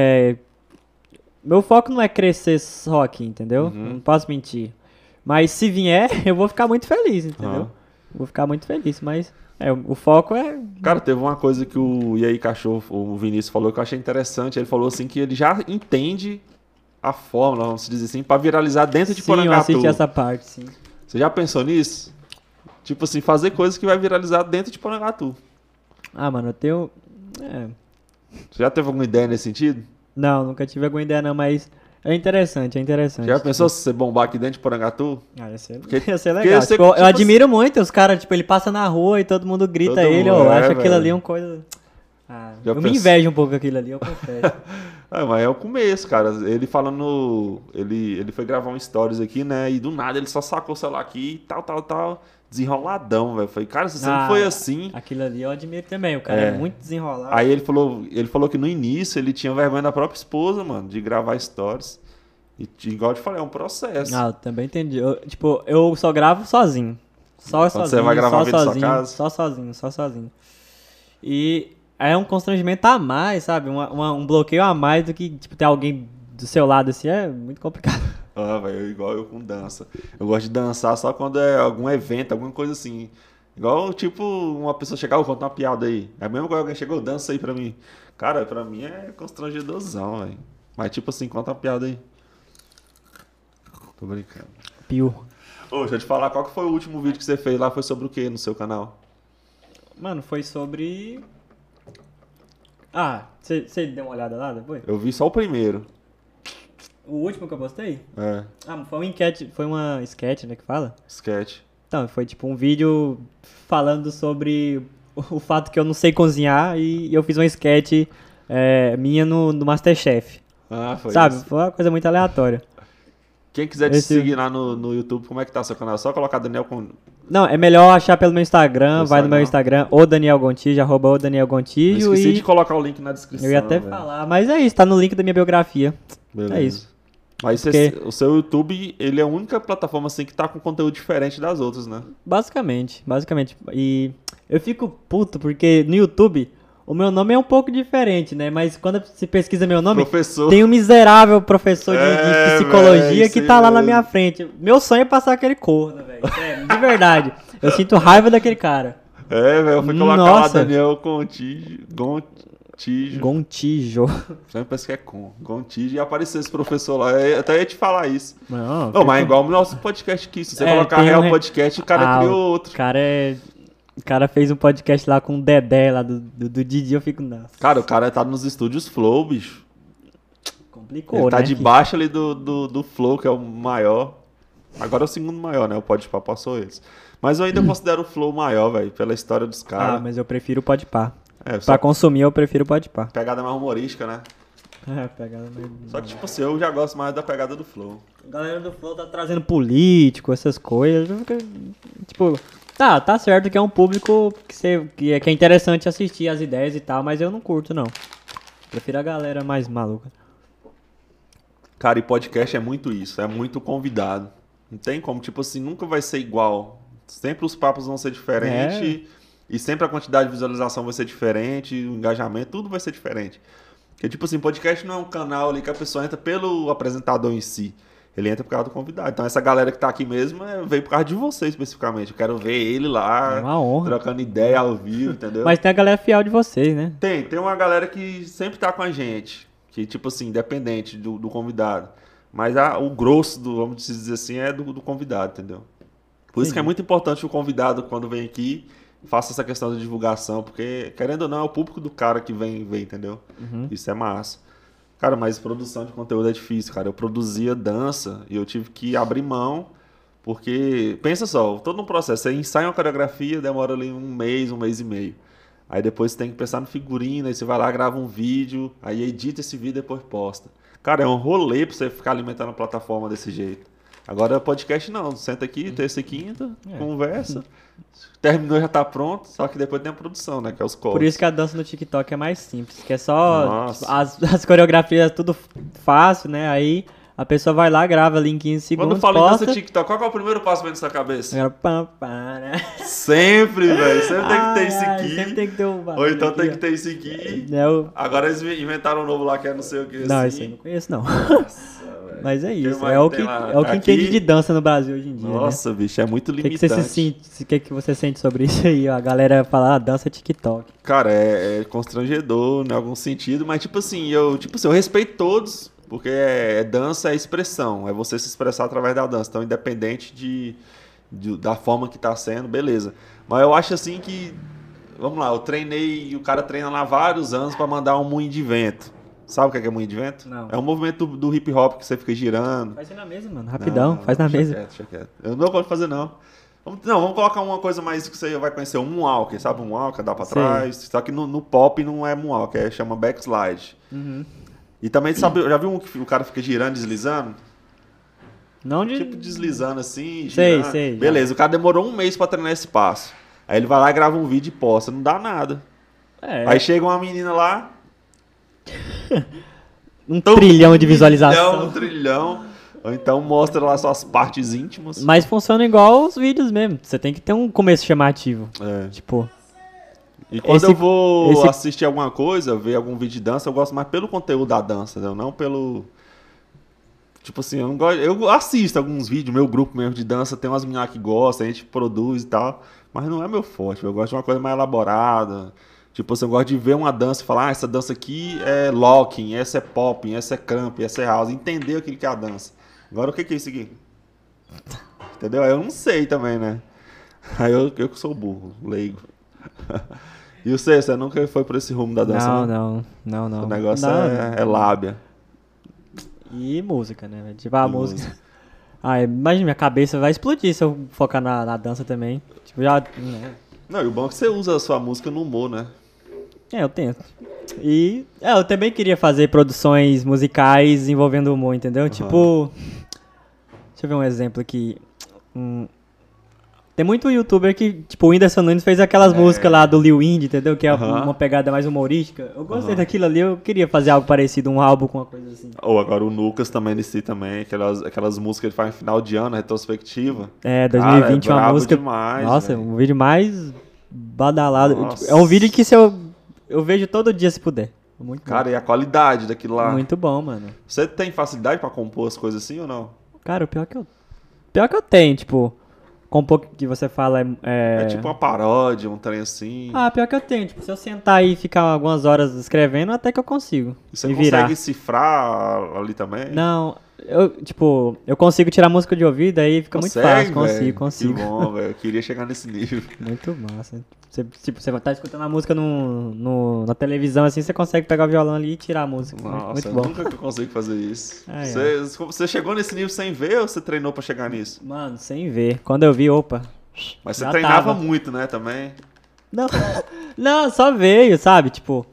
meu foco não é crescer só aqui, entendeu? Não posso mentir. Mas se vier, eu vou ficar muito feliz, entendeu? Vou ficar muito feliz, mas o foco é... Cara, teve uma coisa que o E aí Cachorro, o Vinícius falou que eu achei interessante. Ele falou assim que ele já entende a fórmula, vamos dizer assim, pra viralizar dentro de Porangatu. Sim, eu assisti essa parte, sim. Você já pensou nisso? Tipo assim, fazer coisas que vai viralizar dentro de Porangatu. Ah, mano, eu tenho... Você já teve alguma ideia nesse sentido? Não, nunca tive alguma ideia não, mas... É interessante. Já pensou se você bombar aqui dentro de Porangatu? Ia ser legal. Tipo, eu assim, admiro muito os caras, tipo, ele passa na rua e todo mundo grita ele, eu acho aquilo ali uma coisa... eu me invejo um pouco aquilo ali, eu confesso. Mas é o começo, cara. Ele falando. Ele foi gravar um stories aqui, né? E do nada ele só sacou o celular aqui e tal. Desenroladão, velho. Falei, cara, se você não foi assim. Aquilo ali eu admiro também. O cara é muito desenrolado. Aí ele falou que no início ele tinha vergonha da própria esposa, mano, de gravar stories. E igual eu te falei, é um processo. Eu também entendi. Eu só gravo sozinho. Quando você vai gravar vídeo na sua casa? Só sozinho. E é um constrangimento a mais, sabe? Um bloqueio a mais do que, tipo, ter alguém do seu lado, assim, é muito complicado. Velho, igual eu com dança. Eu gosto de dançar só quando é algum evento, alguma coisa assim. Igual, tipo, uma pessoa chegar, conta uma piada aí. É mesmo quando alguém chegou, dança aí pra mim. Cara, pra mim é constrangedorzão, velho. Mas, tipo assim, conta uma piada aí. Tô brincando. Pio. Deixa eu te falar, qual que foi o último vídeo que você fez lá? Foi sobre o que no seu canal? Mano, foi sobre... você deu uma olhada lá depois? Eu vi só o primeiro. O último que eu postei? É. Foi uma sketch, né, que fala? Sketch. Então, foi tipo um vídeo falando sobre o fato que eu não sei cozinhar e eu fiz uma sketch minha no Masterchef. Foi sabe? isso. Foi uma coisa muito aleatória. Quem quiser te seguir lá no YouTube, como é que tá seu canal? É só colocar Daniel com... Não, é melhor achar pelo meu Instagram, vai no meu Instagram, o Daniel Gontijo, @o_Daniel_Gontijo. Eu esqueci de colocar o link na descrição. Eu ia até falar, mas é isso, tá no link da minha biografia. Beleza. É isso. Mas o seu YouTube, ele é a única plataforma assim que tá com conteúdo diferente das outras, né? Basicamente. E eu fico puto porque no YouTube o meu nome é um pouco diferente, né? Mas quando se pesquisa meu nome, tem um miserável professor de psicologia que tá lá na minha frente. Meu sonho é passar aquele corno, velho. De verdade. Eu sinto raiva daquele cara. Velho, eu fui colocar lá Daniel Gontijo. Sempre penso que é Gontijo. E apareceu esse professor lá. Eu até ia te falar isso. Não, mas é igual o nosso podcast aqui. Se você colocar Real Podcast, o cara criou outro. O cara fez um podcast lá com o Dedé lá do Didi, eu fico... Nossa. Cara, o cara tá nos estúdios Flow, bicho. Complicou, ele tá debaixo ali do Flow, que é o maior. Agora é o segundo maior, né? O Podpah passou eles. Mas eu ainda considero o Flow maior, velho, pela história dos caras. Mas eu prefiro o Podpah. Pra consumir, eu prefiro o Podpah. Pegada mais humorística, né? Pegada mais... Só que, tipo assim, eu já gosto mais da pegada do Flow. A galera do Flow tá trazendo político, essas coisas. Tipo... Tá certo que é um público que é interessante assistir as ideias e tal, mas eu não curto, não. Prefiro a galera mais maluca. Cara, e podcast é muito isso, é muito convidado. Não tem como, tipo assim, nunca vai ser igual. Sempre os papos vão ser diferentes e sempre a quantidade de visualização vai ser diferente, o engajamento, tudo vai ser diferente. Porque, tipo assim, podcast não é um canal ali que a pessoa entra pelo apresentador em si. Ele entra por causa do convidado. Então essa galera que tá aqui mesmo veio por causa de você especificamente. Eu quero ver ele lá, uma honra, trocando ideia ao vivo, entendeu? Mas tem a galera fiel de vocês, né? Tem uma galera que sempre tá com a gente. Que, tipo assim, independente do convidado. Mas o grosso, vamos dizer assim, é do convidado, entendeu? Por isso que é muito importante o convidado, quando vem aqui, faça essa questão de divulgação. Porque, querendo ou não, é o público do cara que vem entendeu? Isso é massa. Cara, mas produção de conteúdo é difícil, cara. Eu produzia dança e eu tive que abrir mão, porque, pensa só, todo um processo. Você ensaia uma coreografia, demora ali um mês e meio. Aí depois você tem que pensar no figurino, aí você vai lá, grava um vídeo, aí edita esse vídeo e depois posta. Cara, é um rolê pra você ficar alimentando a plataforma desse jeito. Agora, podcast não. Senta aqui, terça e quinta, conversa. Terminou, já tá pronto, só que depois tem a produção, né? Que é os cortes. Por isso que a dança no TikTok é mais simples, que é só tipo, as coreografias tudo fácil, né? Aí a pessoa vai lá, grava ali em 15 segundos, quando fala em dança TikTok, qual é o primeiro passo que vem na sua cabeça? Sempre, velho. Sempre tem que ter isso aqui. Sempre tem que ter um ou então tem que ter isso aqui. Agora eles inventaram um novo lá que é não sei o que. Não, isso eu não conheço, não. Nossa, mas é isso. É o que entende de dança no Brasil hoje em dia. Nossa, né? Bicho, é muito limitante. O que você sente sobre isso aí? A galera fala, dança TikTok. Cara, é constrangedor em algum sentido, mas tipo assim, eu respeito todos, porque dança é expressão, é você se expressar através da dança. Então, independente da forma que tá sendo, beleza. Mas eu acho assim que, vamos lá, eu treinei, o cara treina lá vários anos pra mandar um moinho de vento. Sabe o que é moinho de vento? Não. É um movimento do hip hop que você fica girando. Faz na mesa, mano. Rapidão, faz na mesa. Deixa quieto. Eu não gosto de fazer, não. Vamos colocar uma coisa mais que você vai conhecer. Um moonwalk, sabe? Um moonwalk, dá pra trás. Só que no pop não é moonwalk, chama backslide. E também, sabe, já viu um que o cara fica girando, deslizando? Não de... Tipo, deslizando assim, Sei, girando. sei. Beleza, o cara demorou um mês pra treinar esse passo. Aí ele vai lá e grava um vídeo e posta. Não dá nada. É, Aí chega uma menina lá... um trilhão de visualização. Um trilhão. Ou então mostra lá suas partes íntimas. Mas funciona igual os vídeos mesmo. Você tem que ter um começo chamativo. É. Tipo... E quando eu vou esse- assistir alguma coisa, ver algum vídeo de dança, eu gosto mais pelo conteúdo da dança, entendeu? Não pelo... Tipo assim, eu não gosto... Eu assisto alguns vídeos, meu grupo mesmo de dança, tem umas meninas que gostam, a gente produz e tal, mas não é meu forte, eu gosto de uma coisa mais elaborada. Tipo assim, eu gosto de ver uma dança e falar, essa dança aqui é locking, essa é popping, essa é cramp, essa é house, entender aquilo que é a dança. Agora o que é isso aqui? Entendeu? Aí eu não sei também, né? Aí eu que sou burro, leigo. E você nunca foi por esse rumo da dança? Não. O negócio é lábia. E música, né? Velho? Tipo, a música. Ah, imagina, minha cabeça vai explodir se eu focar na dança também. Tipo, já. Né? Não, e o bom é que você usa a sua música no humor, né? É, eu tento. E eu também queria fazer produções musicais envolvendo humor, entendeu? Tipo. Deixa eu ver um exemplo aqui. Tem muito youtuber que, tipo, o Whindersson Nunes fez aquelas músicas lá do Lil Indy, entendeu? Que é uma pegada mais humorística. Eu gostei daquilo ali, eu queria fazer algo parecido, um álbum com uma coisa assim. Ou agora o Lucas também, nesse também, aquelas músicas que ele faz no final de ano, retrospectiva. É, 2020 Cara, é uma brabo música. demais, nossa, velho. um vídeo mais badalado. Nossa. É um vídeo que se eu vejo todo dia se puder. Muito Cara, e a qualidade daquilo bom. lá. Muito bom, mano. Você tem facilidade pra compor as coisas assim ou não? Cara, o pior que eu tenho, tipo, compor que você fala É tipo uma paródia, um trem assim. Ah, pior que eu tenho. Tipo, se eu sentar e ficar algumas horas escrevendo, até que eu consigo. E você me consegue virar. cifrar ali também? Não, eu consigo tirar música de ouvido, aí fica muito fácil. Velho? Consigo. Que bom, velho. Eu queria chegar nesse nível. Muito massa. Você tá escutando a música na televisão, assim, você consegue pegar o violão ali e tirar a música. Nossa, muito eu bom. nunca que eu consigo fazer isso. Ai, Você chegou nesse nível sem ver ou você treinou pra chegar nisso? Mano, sem ver. Quando eu vi, opa. Mas você Já treinava tava. muito, né, também? Não, só veio, sabe? Tipo.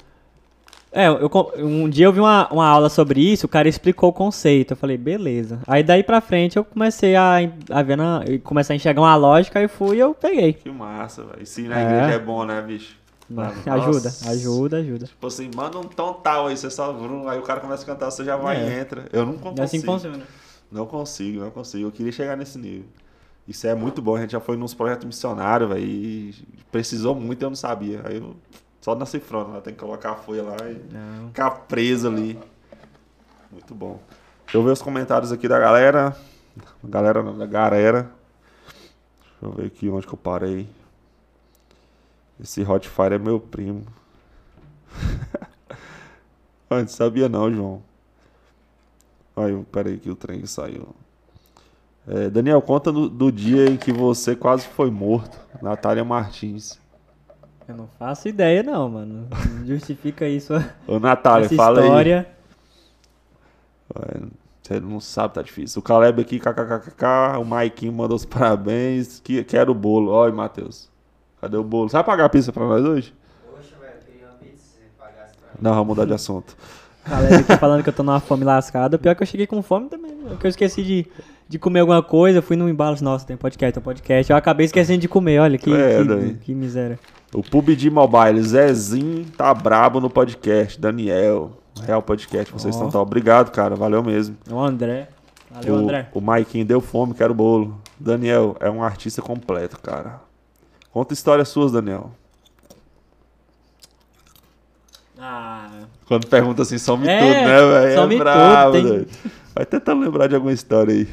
Um dia eu vi uma aula sobre isso, o cara explicou o conceito. Eu falei, beleza. Aí daí pra frente eu comecei a ver comecei a enxergar uma lógica e fui e eu peguei. Que massa, velho. Sim, na igreja é bom, né, bicho? Ajuda. Tipo assim, manda um tom tal aí, você só... Aí o cara começa a cantar, você já vai e entra. Eu não consigo. É assim que funciona. Não consigo. Eu queria chegar nesse nível. Isso é muito bom. A gente já foi nos projetos missionários, velho, e precisou muito e eu não sabia. Aí eu só na cifrona, lá tem que colocar a folha lá e ficar preso ali. Muito bom. Deixa eu ver os comentários aqui da galera. Da galera. Deixa eu ver aqui onde que eu parei. Esse Hotfire é meu primo. Não sabia não, João. Peraí que o trem saiu. Daniel, conta do dia em que você quase foi morto. Natália Martins. Eu não faço ideia não, mano. Justifica isso. Ô, Natália, essa fala história. aí. Você não sabe, tá difícil. O Caleb aqui, kkkk. O Maikinho mandou os parabéns. Quero o bolo. Olha, Matheus. Cadê o bolo? Você vai pagar a pizza pra nós hoje? Poxa, velho, eu queria uma pizza se você pagasse pra mim. Não, vamos mudar de assunto. Galera aqui falando que eu tô numa fome lascada. Pior que eu cheguei com fome também. Porque eu esqueci de comer alguma coisa. Eu fui num embalo. Nossa, tem podcast. Eu acabei esquecendo de comer. Olha, que miséria. O PUBG Mobile, Zezinho tá brabo no podcast. Daniel, Real Podcast, vocês estão tá. Obrigado, cara. Valeu mesmo. O André. Valeu, André. O Maikinho deu fome, quero bolo. Daniel é um artista completo, cara. Conta histórias suas, Daniel. Quando pergunta assim, some tudo, né, velho? Some bravo, tudo. Doido. Vai tentando lembrar de alguma história aí.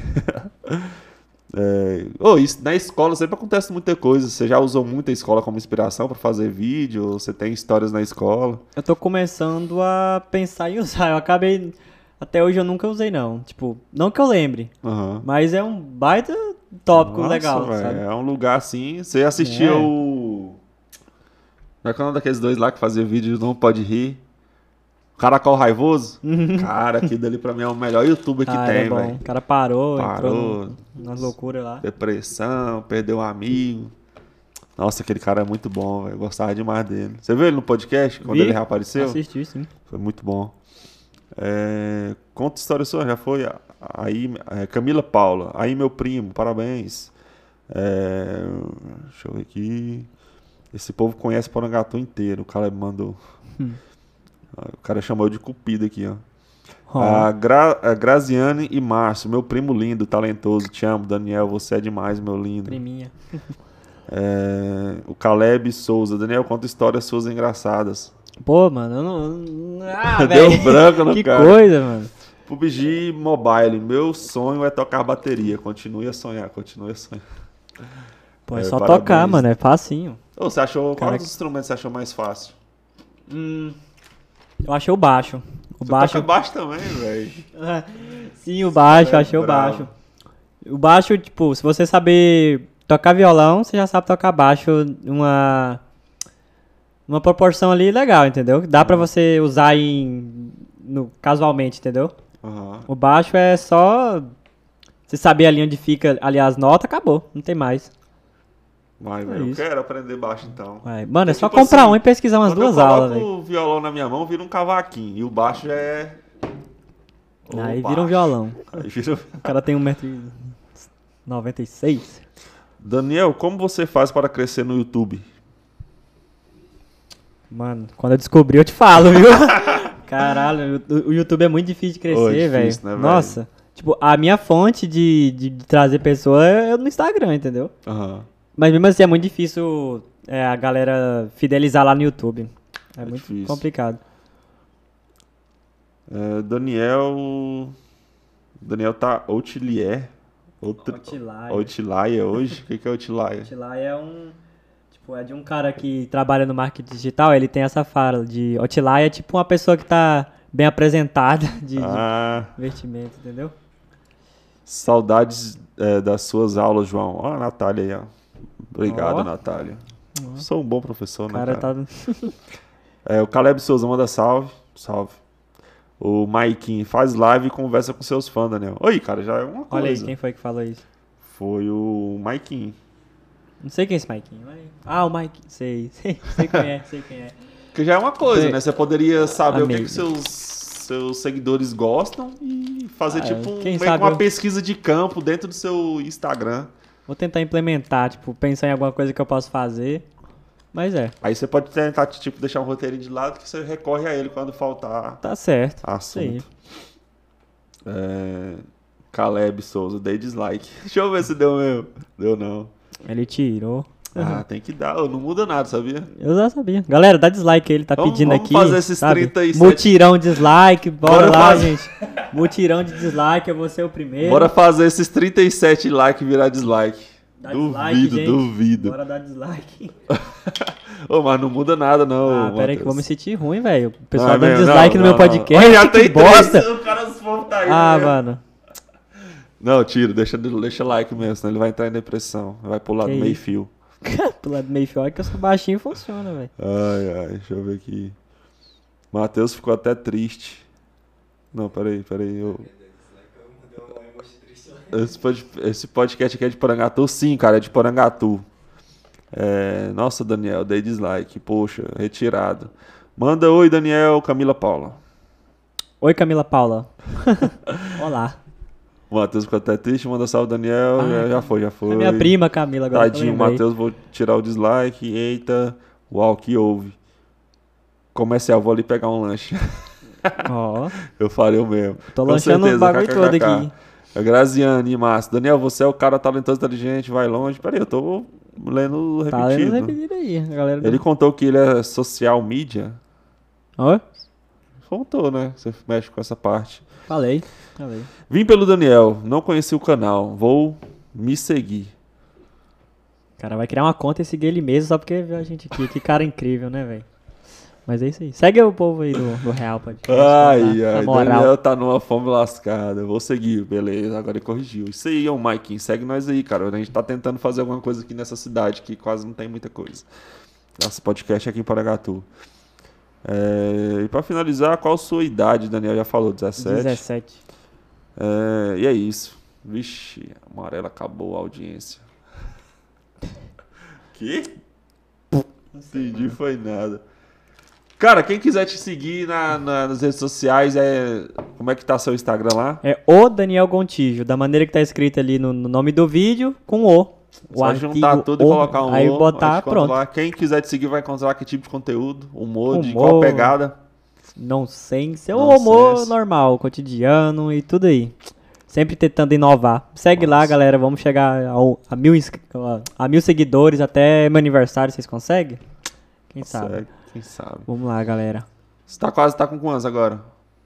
Isso, na escola sempre acontece muita coisa. Você já usou muito a escola como inspiração pra fazer vídeo? Você tem histórias na escola? Eu tô começando a pensar em usar. Eu acabei... Até hoje eu nunca usei, não. Tipo, não que eu lembre. Mas é um baita tópico legal, sabe? É um lugar assim... Você assistiu o... Não é que é o nome daqueles dois lá que faziam vídeo Não Pode Rir? Caracol Raivoso? Cara, aquilo dali pra mim é o melhor youtuber que tem, velho. O cara parou, entrou nas loucuras lá. Depressão, perdeu um amigo. Nossa, aquele cara é muito bom, velho. Gostava demais dele. Você viu ele no podcast, quando ele reapareceu? Assisti, sim. Foi muito bom. Conta história sua, já foi. Aí, Camila Paula. Aí, meu primo, parabéns. Deixa eu ver aqui. Esse povo conhece Porangatu inteiro. O cara me mandou. O cara chamou de Cupido aqui, ó. A Graziane e Márcio, meu primo lindo, talentoso, te amo, Daniel, você é demais, meu lindo. Priminha. O Caleb Souza, Daniel, conta histórias suas engraçadas. Pô, mano, eu não... Deu branco no que cara. Que coisa, mano. PUBG Mobile, meu sonho é tocar bateria, continue a sonhar. Pô, é só parabéns. tocar, mano, é facinho. Você achou, Caraca. quais instrumentos você achou mais fácil? Eu achei o baixo. Você toca baixo também, velho. Sim, o baixo, eu achei o baixo. O baixo, tipo, se você saber tocar violão, você já sabe tocar baixo uma proporção ali legal, entendeu? Dá pra você usar casualmente, entendeu? O baixo é só você saber ali onde fica ali as notas, acabou, não tem mais. Vai, velho, eu quero aprender baixo então. Mano, é só comprar assim, e pesquisar umas duas aulas, velho. Quando eu coloco o violão na minha mão, vira um cavaquinho. E o baixo é... Aí vira um violão. Vira... O cara tem 1,96 m. Daniel, como você faz para crescer no YouTube? Mano, quando eu descobri, eu te falo, viu? Caralho, o YouTube é muito difícil de crescer, velho. Né, nossa, tipo, a minha fonte de trazer pessoa é no Instagram, entendeu? Mas mesmo assim é muito difícil a galera fidelizar lá no YouTube. É muito difícil. Complicado. Daniel tá Outlier. Outlier hoje? O que é Outlier? Outlier é de um cara que trabalha no marketing digital, ele tem essa fala de Outlier é tipo uma pessoa que tá bem apresentada de investimento, entendeu? Saudades das suas aulas, João. Ó, a Natália aí, ó. Obrigado, Natália. Sou um bom professor, né, cara? O Caleb Souza manda salve. Salve. O Maikin faz live e conversa com seus fãs, Daniel. Oi, cara, já é uma coisa. Olha aí, quem foi que falou isso? Foi o Maikin. Não sei quem é esse Maikin. O Maikin. Sei quem é. Que já é uma coisa, né? Você poderia saber o que seus seguidores gostam e fazer meio que uma pesquisa de campo dentro do seu Instagram. Vou tentar implementar, pensar em alguma coisa que eu posso fazer. Mas Aí você pode tentar, deixar um roteirinho de lado que você recorre a ele quando faltar. Tá certo. Assunto. Caleb Souza, dei dislike. Deixa eu ver se deu mesmo. Deu não. Ele tirou. Tem que dar. Não muda nada, sabia? Eu já sabia. Galera, dá dislike aí, ele tá pedindo aqui. Vamos fazer esses 37... Mutirão de dislike, bora lá, gente. Mutirão de dislike, eu vou ser o primeiro. Bora fazer esses 37 likes virar dislike. Dá dislike, duvido. Bora dar dislike. Mas não muda nada, não. Pera aí que eu vou me sentir ruim, velho. O pessoal dando dislike no meu podcast. Olha, já que tem bosta. O cara tá aí, mano. Não, tira, deixa like mesmo, senão ele vai entrar em depressão. Vai pro lado meio fio. Pro lado meio fio, olha que eu sou baixinho e funciona, velho. Ai, deixa eu ver aqui. Matheus ficou até triste. Não, peraí. Esse podcast aqui é de Porangatu? Sim, cara, é de Porangatu. Nossa, Daniel, dei dislike. Poxa, retirado. Manda oi, Daniel, Camila Paula. Oi, Camila Paula. Olá. O Matheus ficou até triste, manda salve, Daniel. Já foi. É minha prima, Camila, agora. Tadinho, Matheus, vou tirar o dislike. Eita, uau, que houve. Comercial, vou ali pegar um lanche. Eu farei o mesmo. Tô lanchando o bagulho todo aqui. A Graziane e Márcio. Daniel, você é o cara talentoso, inteligente, vai longe. Peraí, eu tô lendo repetido. Tá lendo repetido aí, galera. Ele contou que ele é social media. Oi? Contou, né? Você mexe com essa parte. Falei. Vim pelo Daniel, não conheci o canal. Vou me seguir. O cara vai criar uma conta e seguir ele mesmo só porque viu a gente aqui. Que cara incrível, né, velho? Mas é isso aí. Segue o povo aí do Real Podcast. Daniel tá numa fome lascada. Vou seguir, beleza. Agora ele corrigiu. Isso aí, Maikinho. Segue nós aí, cara. A gente tá tentando fazer alguma coisa aqui nessa cidade que quase não tem muita coisa. Nosso podcast aqui em Porangatu. E pra finalizar, qual a sua idade? Daniel já falou, 17. 17. E é isso. Vixe, amarelo acabou a audiência. Que? Entendi, foi nada. Cara, quem quiser te seguir nas redes sociais, como é que tá seu Instagram lá? É o Daniel Gontijo, da maneira que tá escrito ali no nome do vídeo, com o. Só juntar tudo e colocar um aí botar, pronto. Lá. Quem quiser te seguir vai encontrar que tipo de conteúdo, humor, de qual pegada. Nonsense, é o humor normal, cotidiano e tudo aí. Sempre tentando inovar. Segue lá, galera, vamos chegar a 1.000 seguidores até meu aniversário, vocês conseguem? Quem sabe? Quem sabe. Vamos lá, galera. Você tá com quantos agora?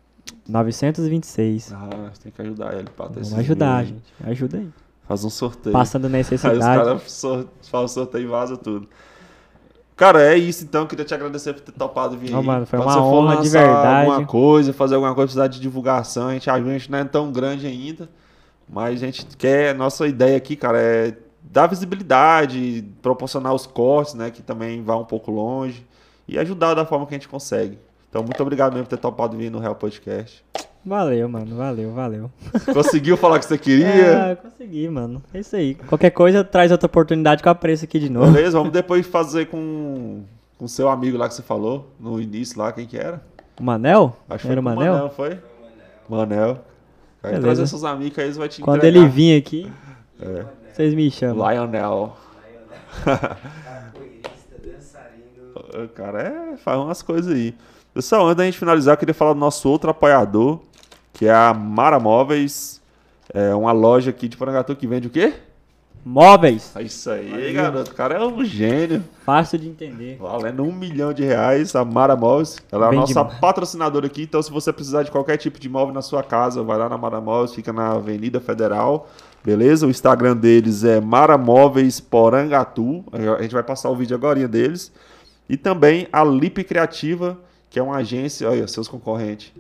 926. Você tem que ajudar ele pra ter Vamos ajudar, gente. Ajuda aí. Faz um sorteio. Passando necessidade. Aí os caras fazem sorteio e vaza tudo. Cara, é isso então. Queria te agradecer por ter topado vir aí. Mano, foi uma honra de verdade. Alguma coisa, fazer alguma coisa, precisar de divulgação. A gente não é tão grande ainda. Mas a gente quer. Nossa ideia aqui, cara, é dar visibilidade, proporcionar os cortes, né? Que também vai um pouco longe. E ajudar da forma que a gente consegue. Então, muito obrigado mesmo por ter topado vir no Real Podcast. Valeu, mano. Valeu. Conseguiu falar o que você queria? Consegui, mano. É isso aí. Qualquer coisa, traz outra oportunidade que eu apareço aqui de novo. Beleza, vamos depois fazer com o seu amigo lá que você falou, no início lá, quem que era? O Manel? Acho que era foi o Manel? Manel, foi? Manel. Aí trazer seus amigos aí, eles vão te Quando entregar. ele vir aqui, vocês me chamam. Lionel. Cara, faz umas coisas aí. Pessoal, antes da gente finalizar, eu queria falar do nosso outro apoiador, que é a Mara Móveis. É uma loja aqui de Porangatu que vende o quê? Móveis. É isso aí, garoto. O cara é um gênio. Fácil de entender. Valendo R$1 milhão, a Mara Móveis. Ela é a Vende nossa patrocinadora aqui, então se você precisar de qualquer tipo de móvel na sua casa, vai lá na Mara Móveis, fica na Avenida Federal, beleza? O Instagram deles é Mara Móveis Porangatu. A gente vai passar o vídeo agora deles. E também a Lip Criativa, que é uma agência, olha, seus concorrentes.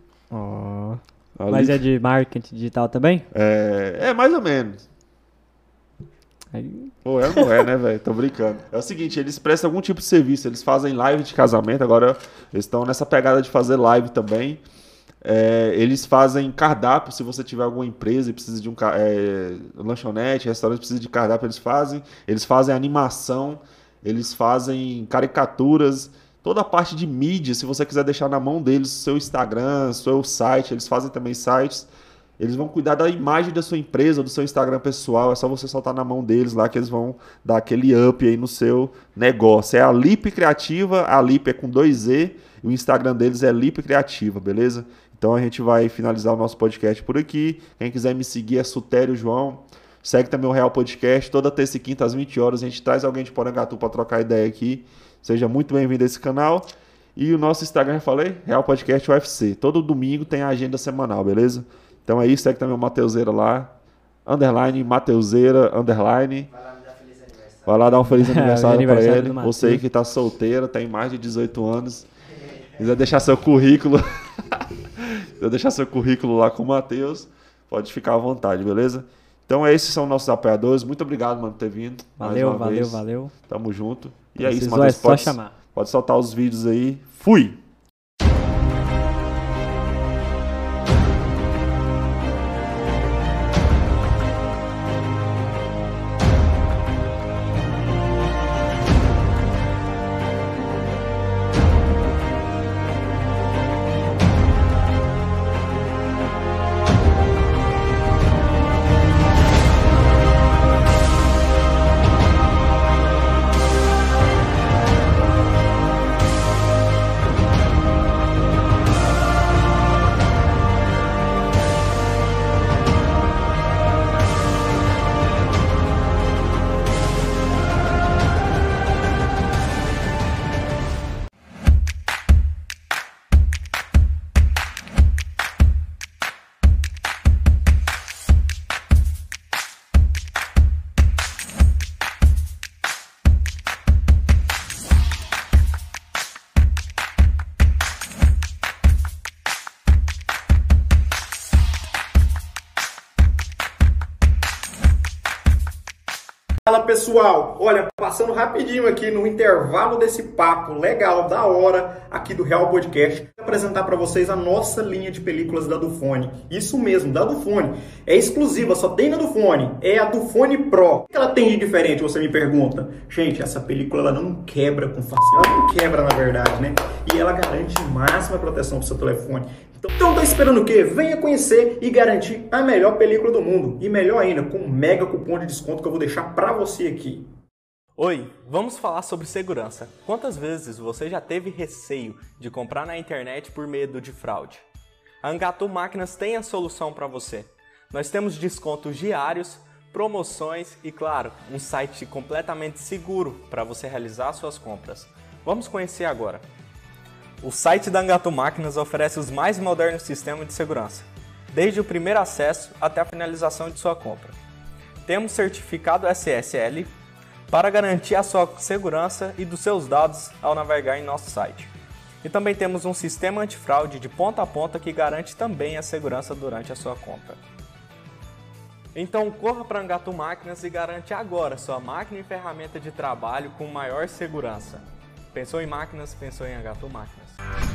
Mas é de marketing digital também? É mais ou menos. Aí... Pô, não é, né, velho? Tô brincando. É o seguinte, eles prestam algum tipo de serviço, eles fazem live de casamento, agora eles estão nessa pegada de fazer live também. Eles fazem cardápio, se você tiver alguma empresa e precisa de lanchonete, restaurante, precisa de cardápio, eles fazem animação, eles fazem caricaturas, toda a parte de mídia, se você quiser deixar na mão deles, seu Instagram, seu site, eles fazem também sites. Eles vão cuidar da imagem da sua empresa, do seu Instagram pessoal. É só você soltar na mão deles lá que eles vão dar aquele up aí no seu negócio. É a Lip Criativa, a Lip é com 2E e o Instagram deles é Lip Criativa, beleza? Então a gente vai finalizar o nosso podcast por aqui. Quem quiser me seguir é Sutério João. Segue também o Real Podcast. Toda terça e quinta às 20 horas a gente traz alguém de Porangatu para trocar ideia aqui. Seja muito bem-vindo a esse canal. E o nosso Instagram, já falei, Real Podcast UFC. Todo domingo tem a agenda semanal, beleza? Então é isso, segue também o Mateuzeira lá, _, Mateuzeira, _. Vai lá dar um feliz aniversário pra ele. Você aí que tá solteira, tem mais de 18 anos, quiser deixar seu currículo, lá com o Matheus, pode ficar à vontade, beleza? Então esses são nossos apoiadores. Muito obrigado, mano, por ter vindo. Valeu. Tamo junto. E é isso, Matheus. Pode soltar os vídeos aí. Fui! Fala pessoal, olha, passando rapidinho aqui no intervalo desse papo legal, da hora, aqui do Real Podcast, Apresentar para vocês a nossa linha de películas da Dufone. Isso mesmo, da Dufone. É exclusiva, só tem na Dufone. É a Dufone Pro. O que ela tem de diferente, você me pergunta? Gente, essa película ela não quebra com facilidade. Ela não quebra, na verdade, né? E ela garante máxima proteção para o seu telefone. Então tá esperando o quê? Venha conhecer e garantir a melhor película do mundo. E melhor ainda, com um mega cupom de desconto que eu vou deixar para você aqui. Oi, vamos falar sobre segurança. Quantas vezes você já teve receio de comprar na internet por medo de fraude? A Angatu Máquinas tem a solução para você. Nós temos descontos diários, promoções e, claro, um site completamente seguro para você realizar suas compras. Vamos conhecer agora. O site da Angatu Máquinas oferece os mais modernos sistemas de segurança, desde o primeiro acesso até a finalização de sua compra. Temos certificado SSL para garantir a sua segurança e dos seus dados ao navegar em nosso site. E também temos um sistema antifraude de ponta a ponta que garante também a segurança durante a sua compra. Então corra para a Angatu Máquinas e garante agora sua máquina e ferramenta de trabalho com maior segurança. Pensou em máquinas? Pensou em Angatu Máquinas.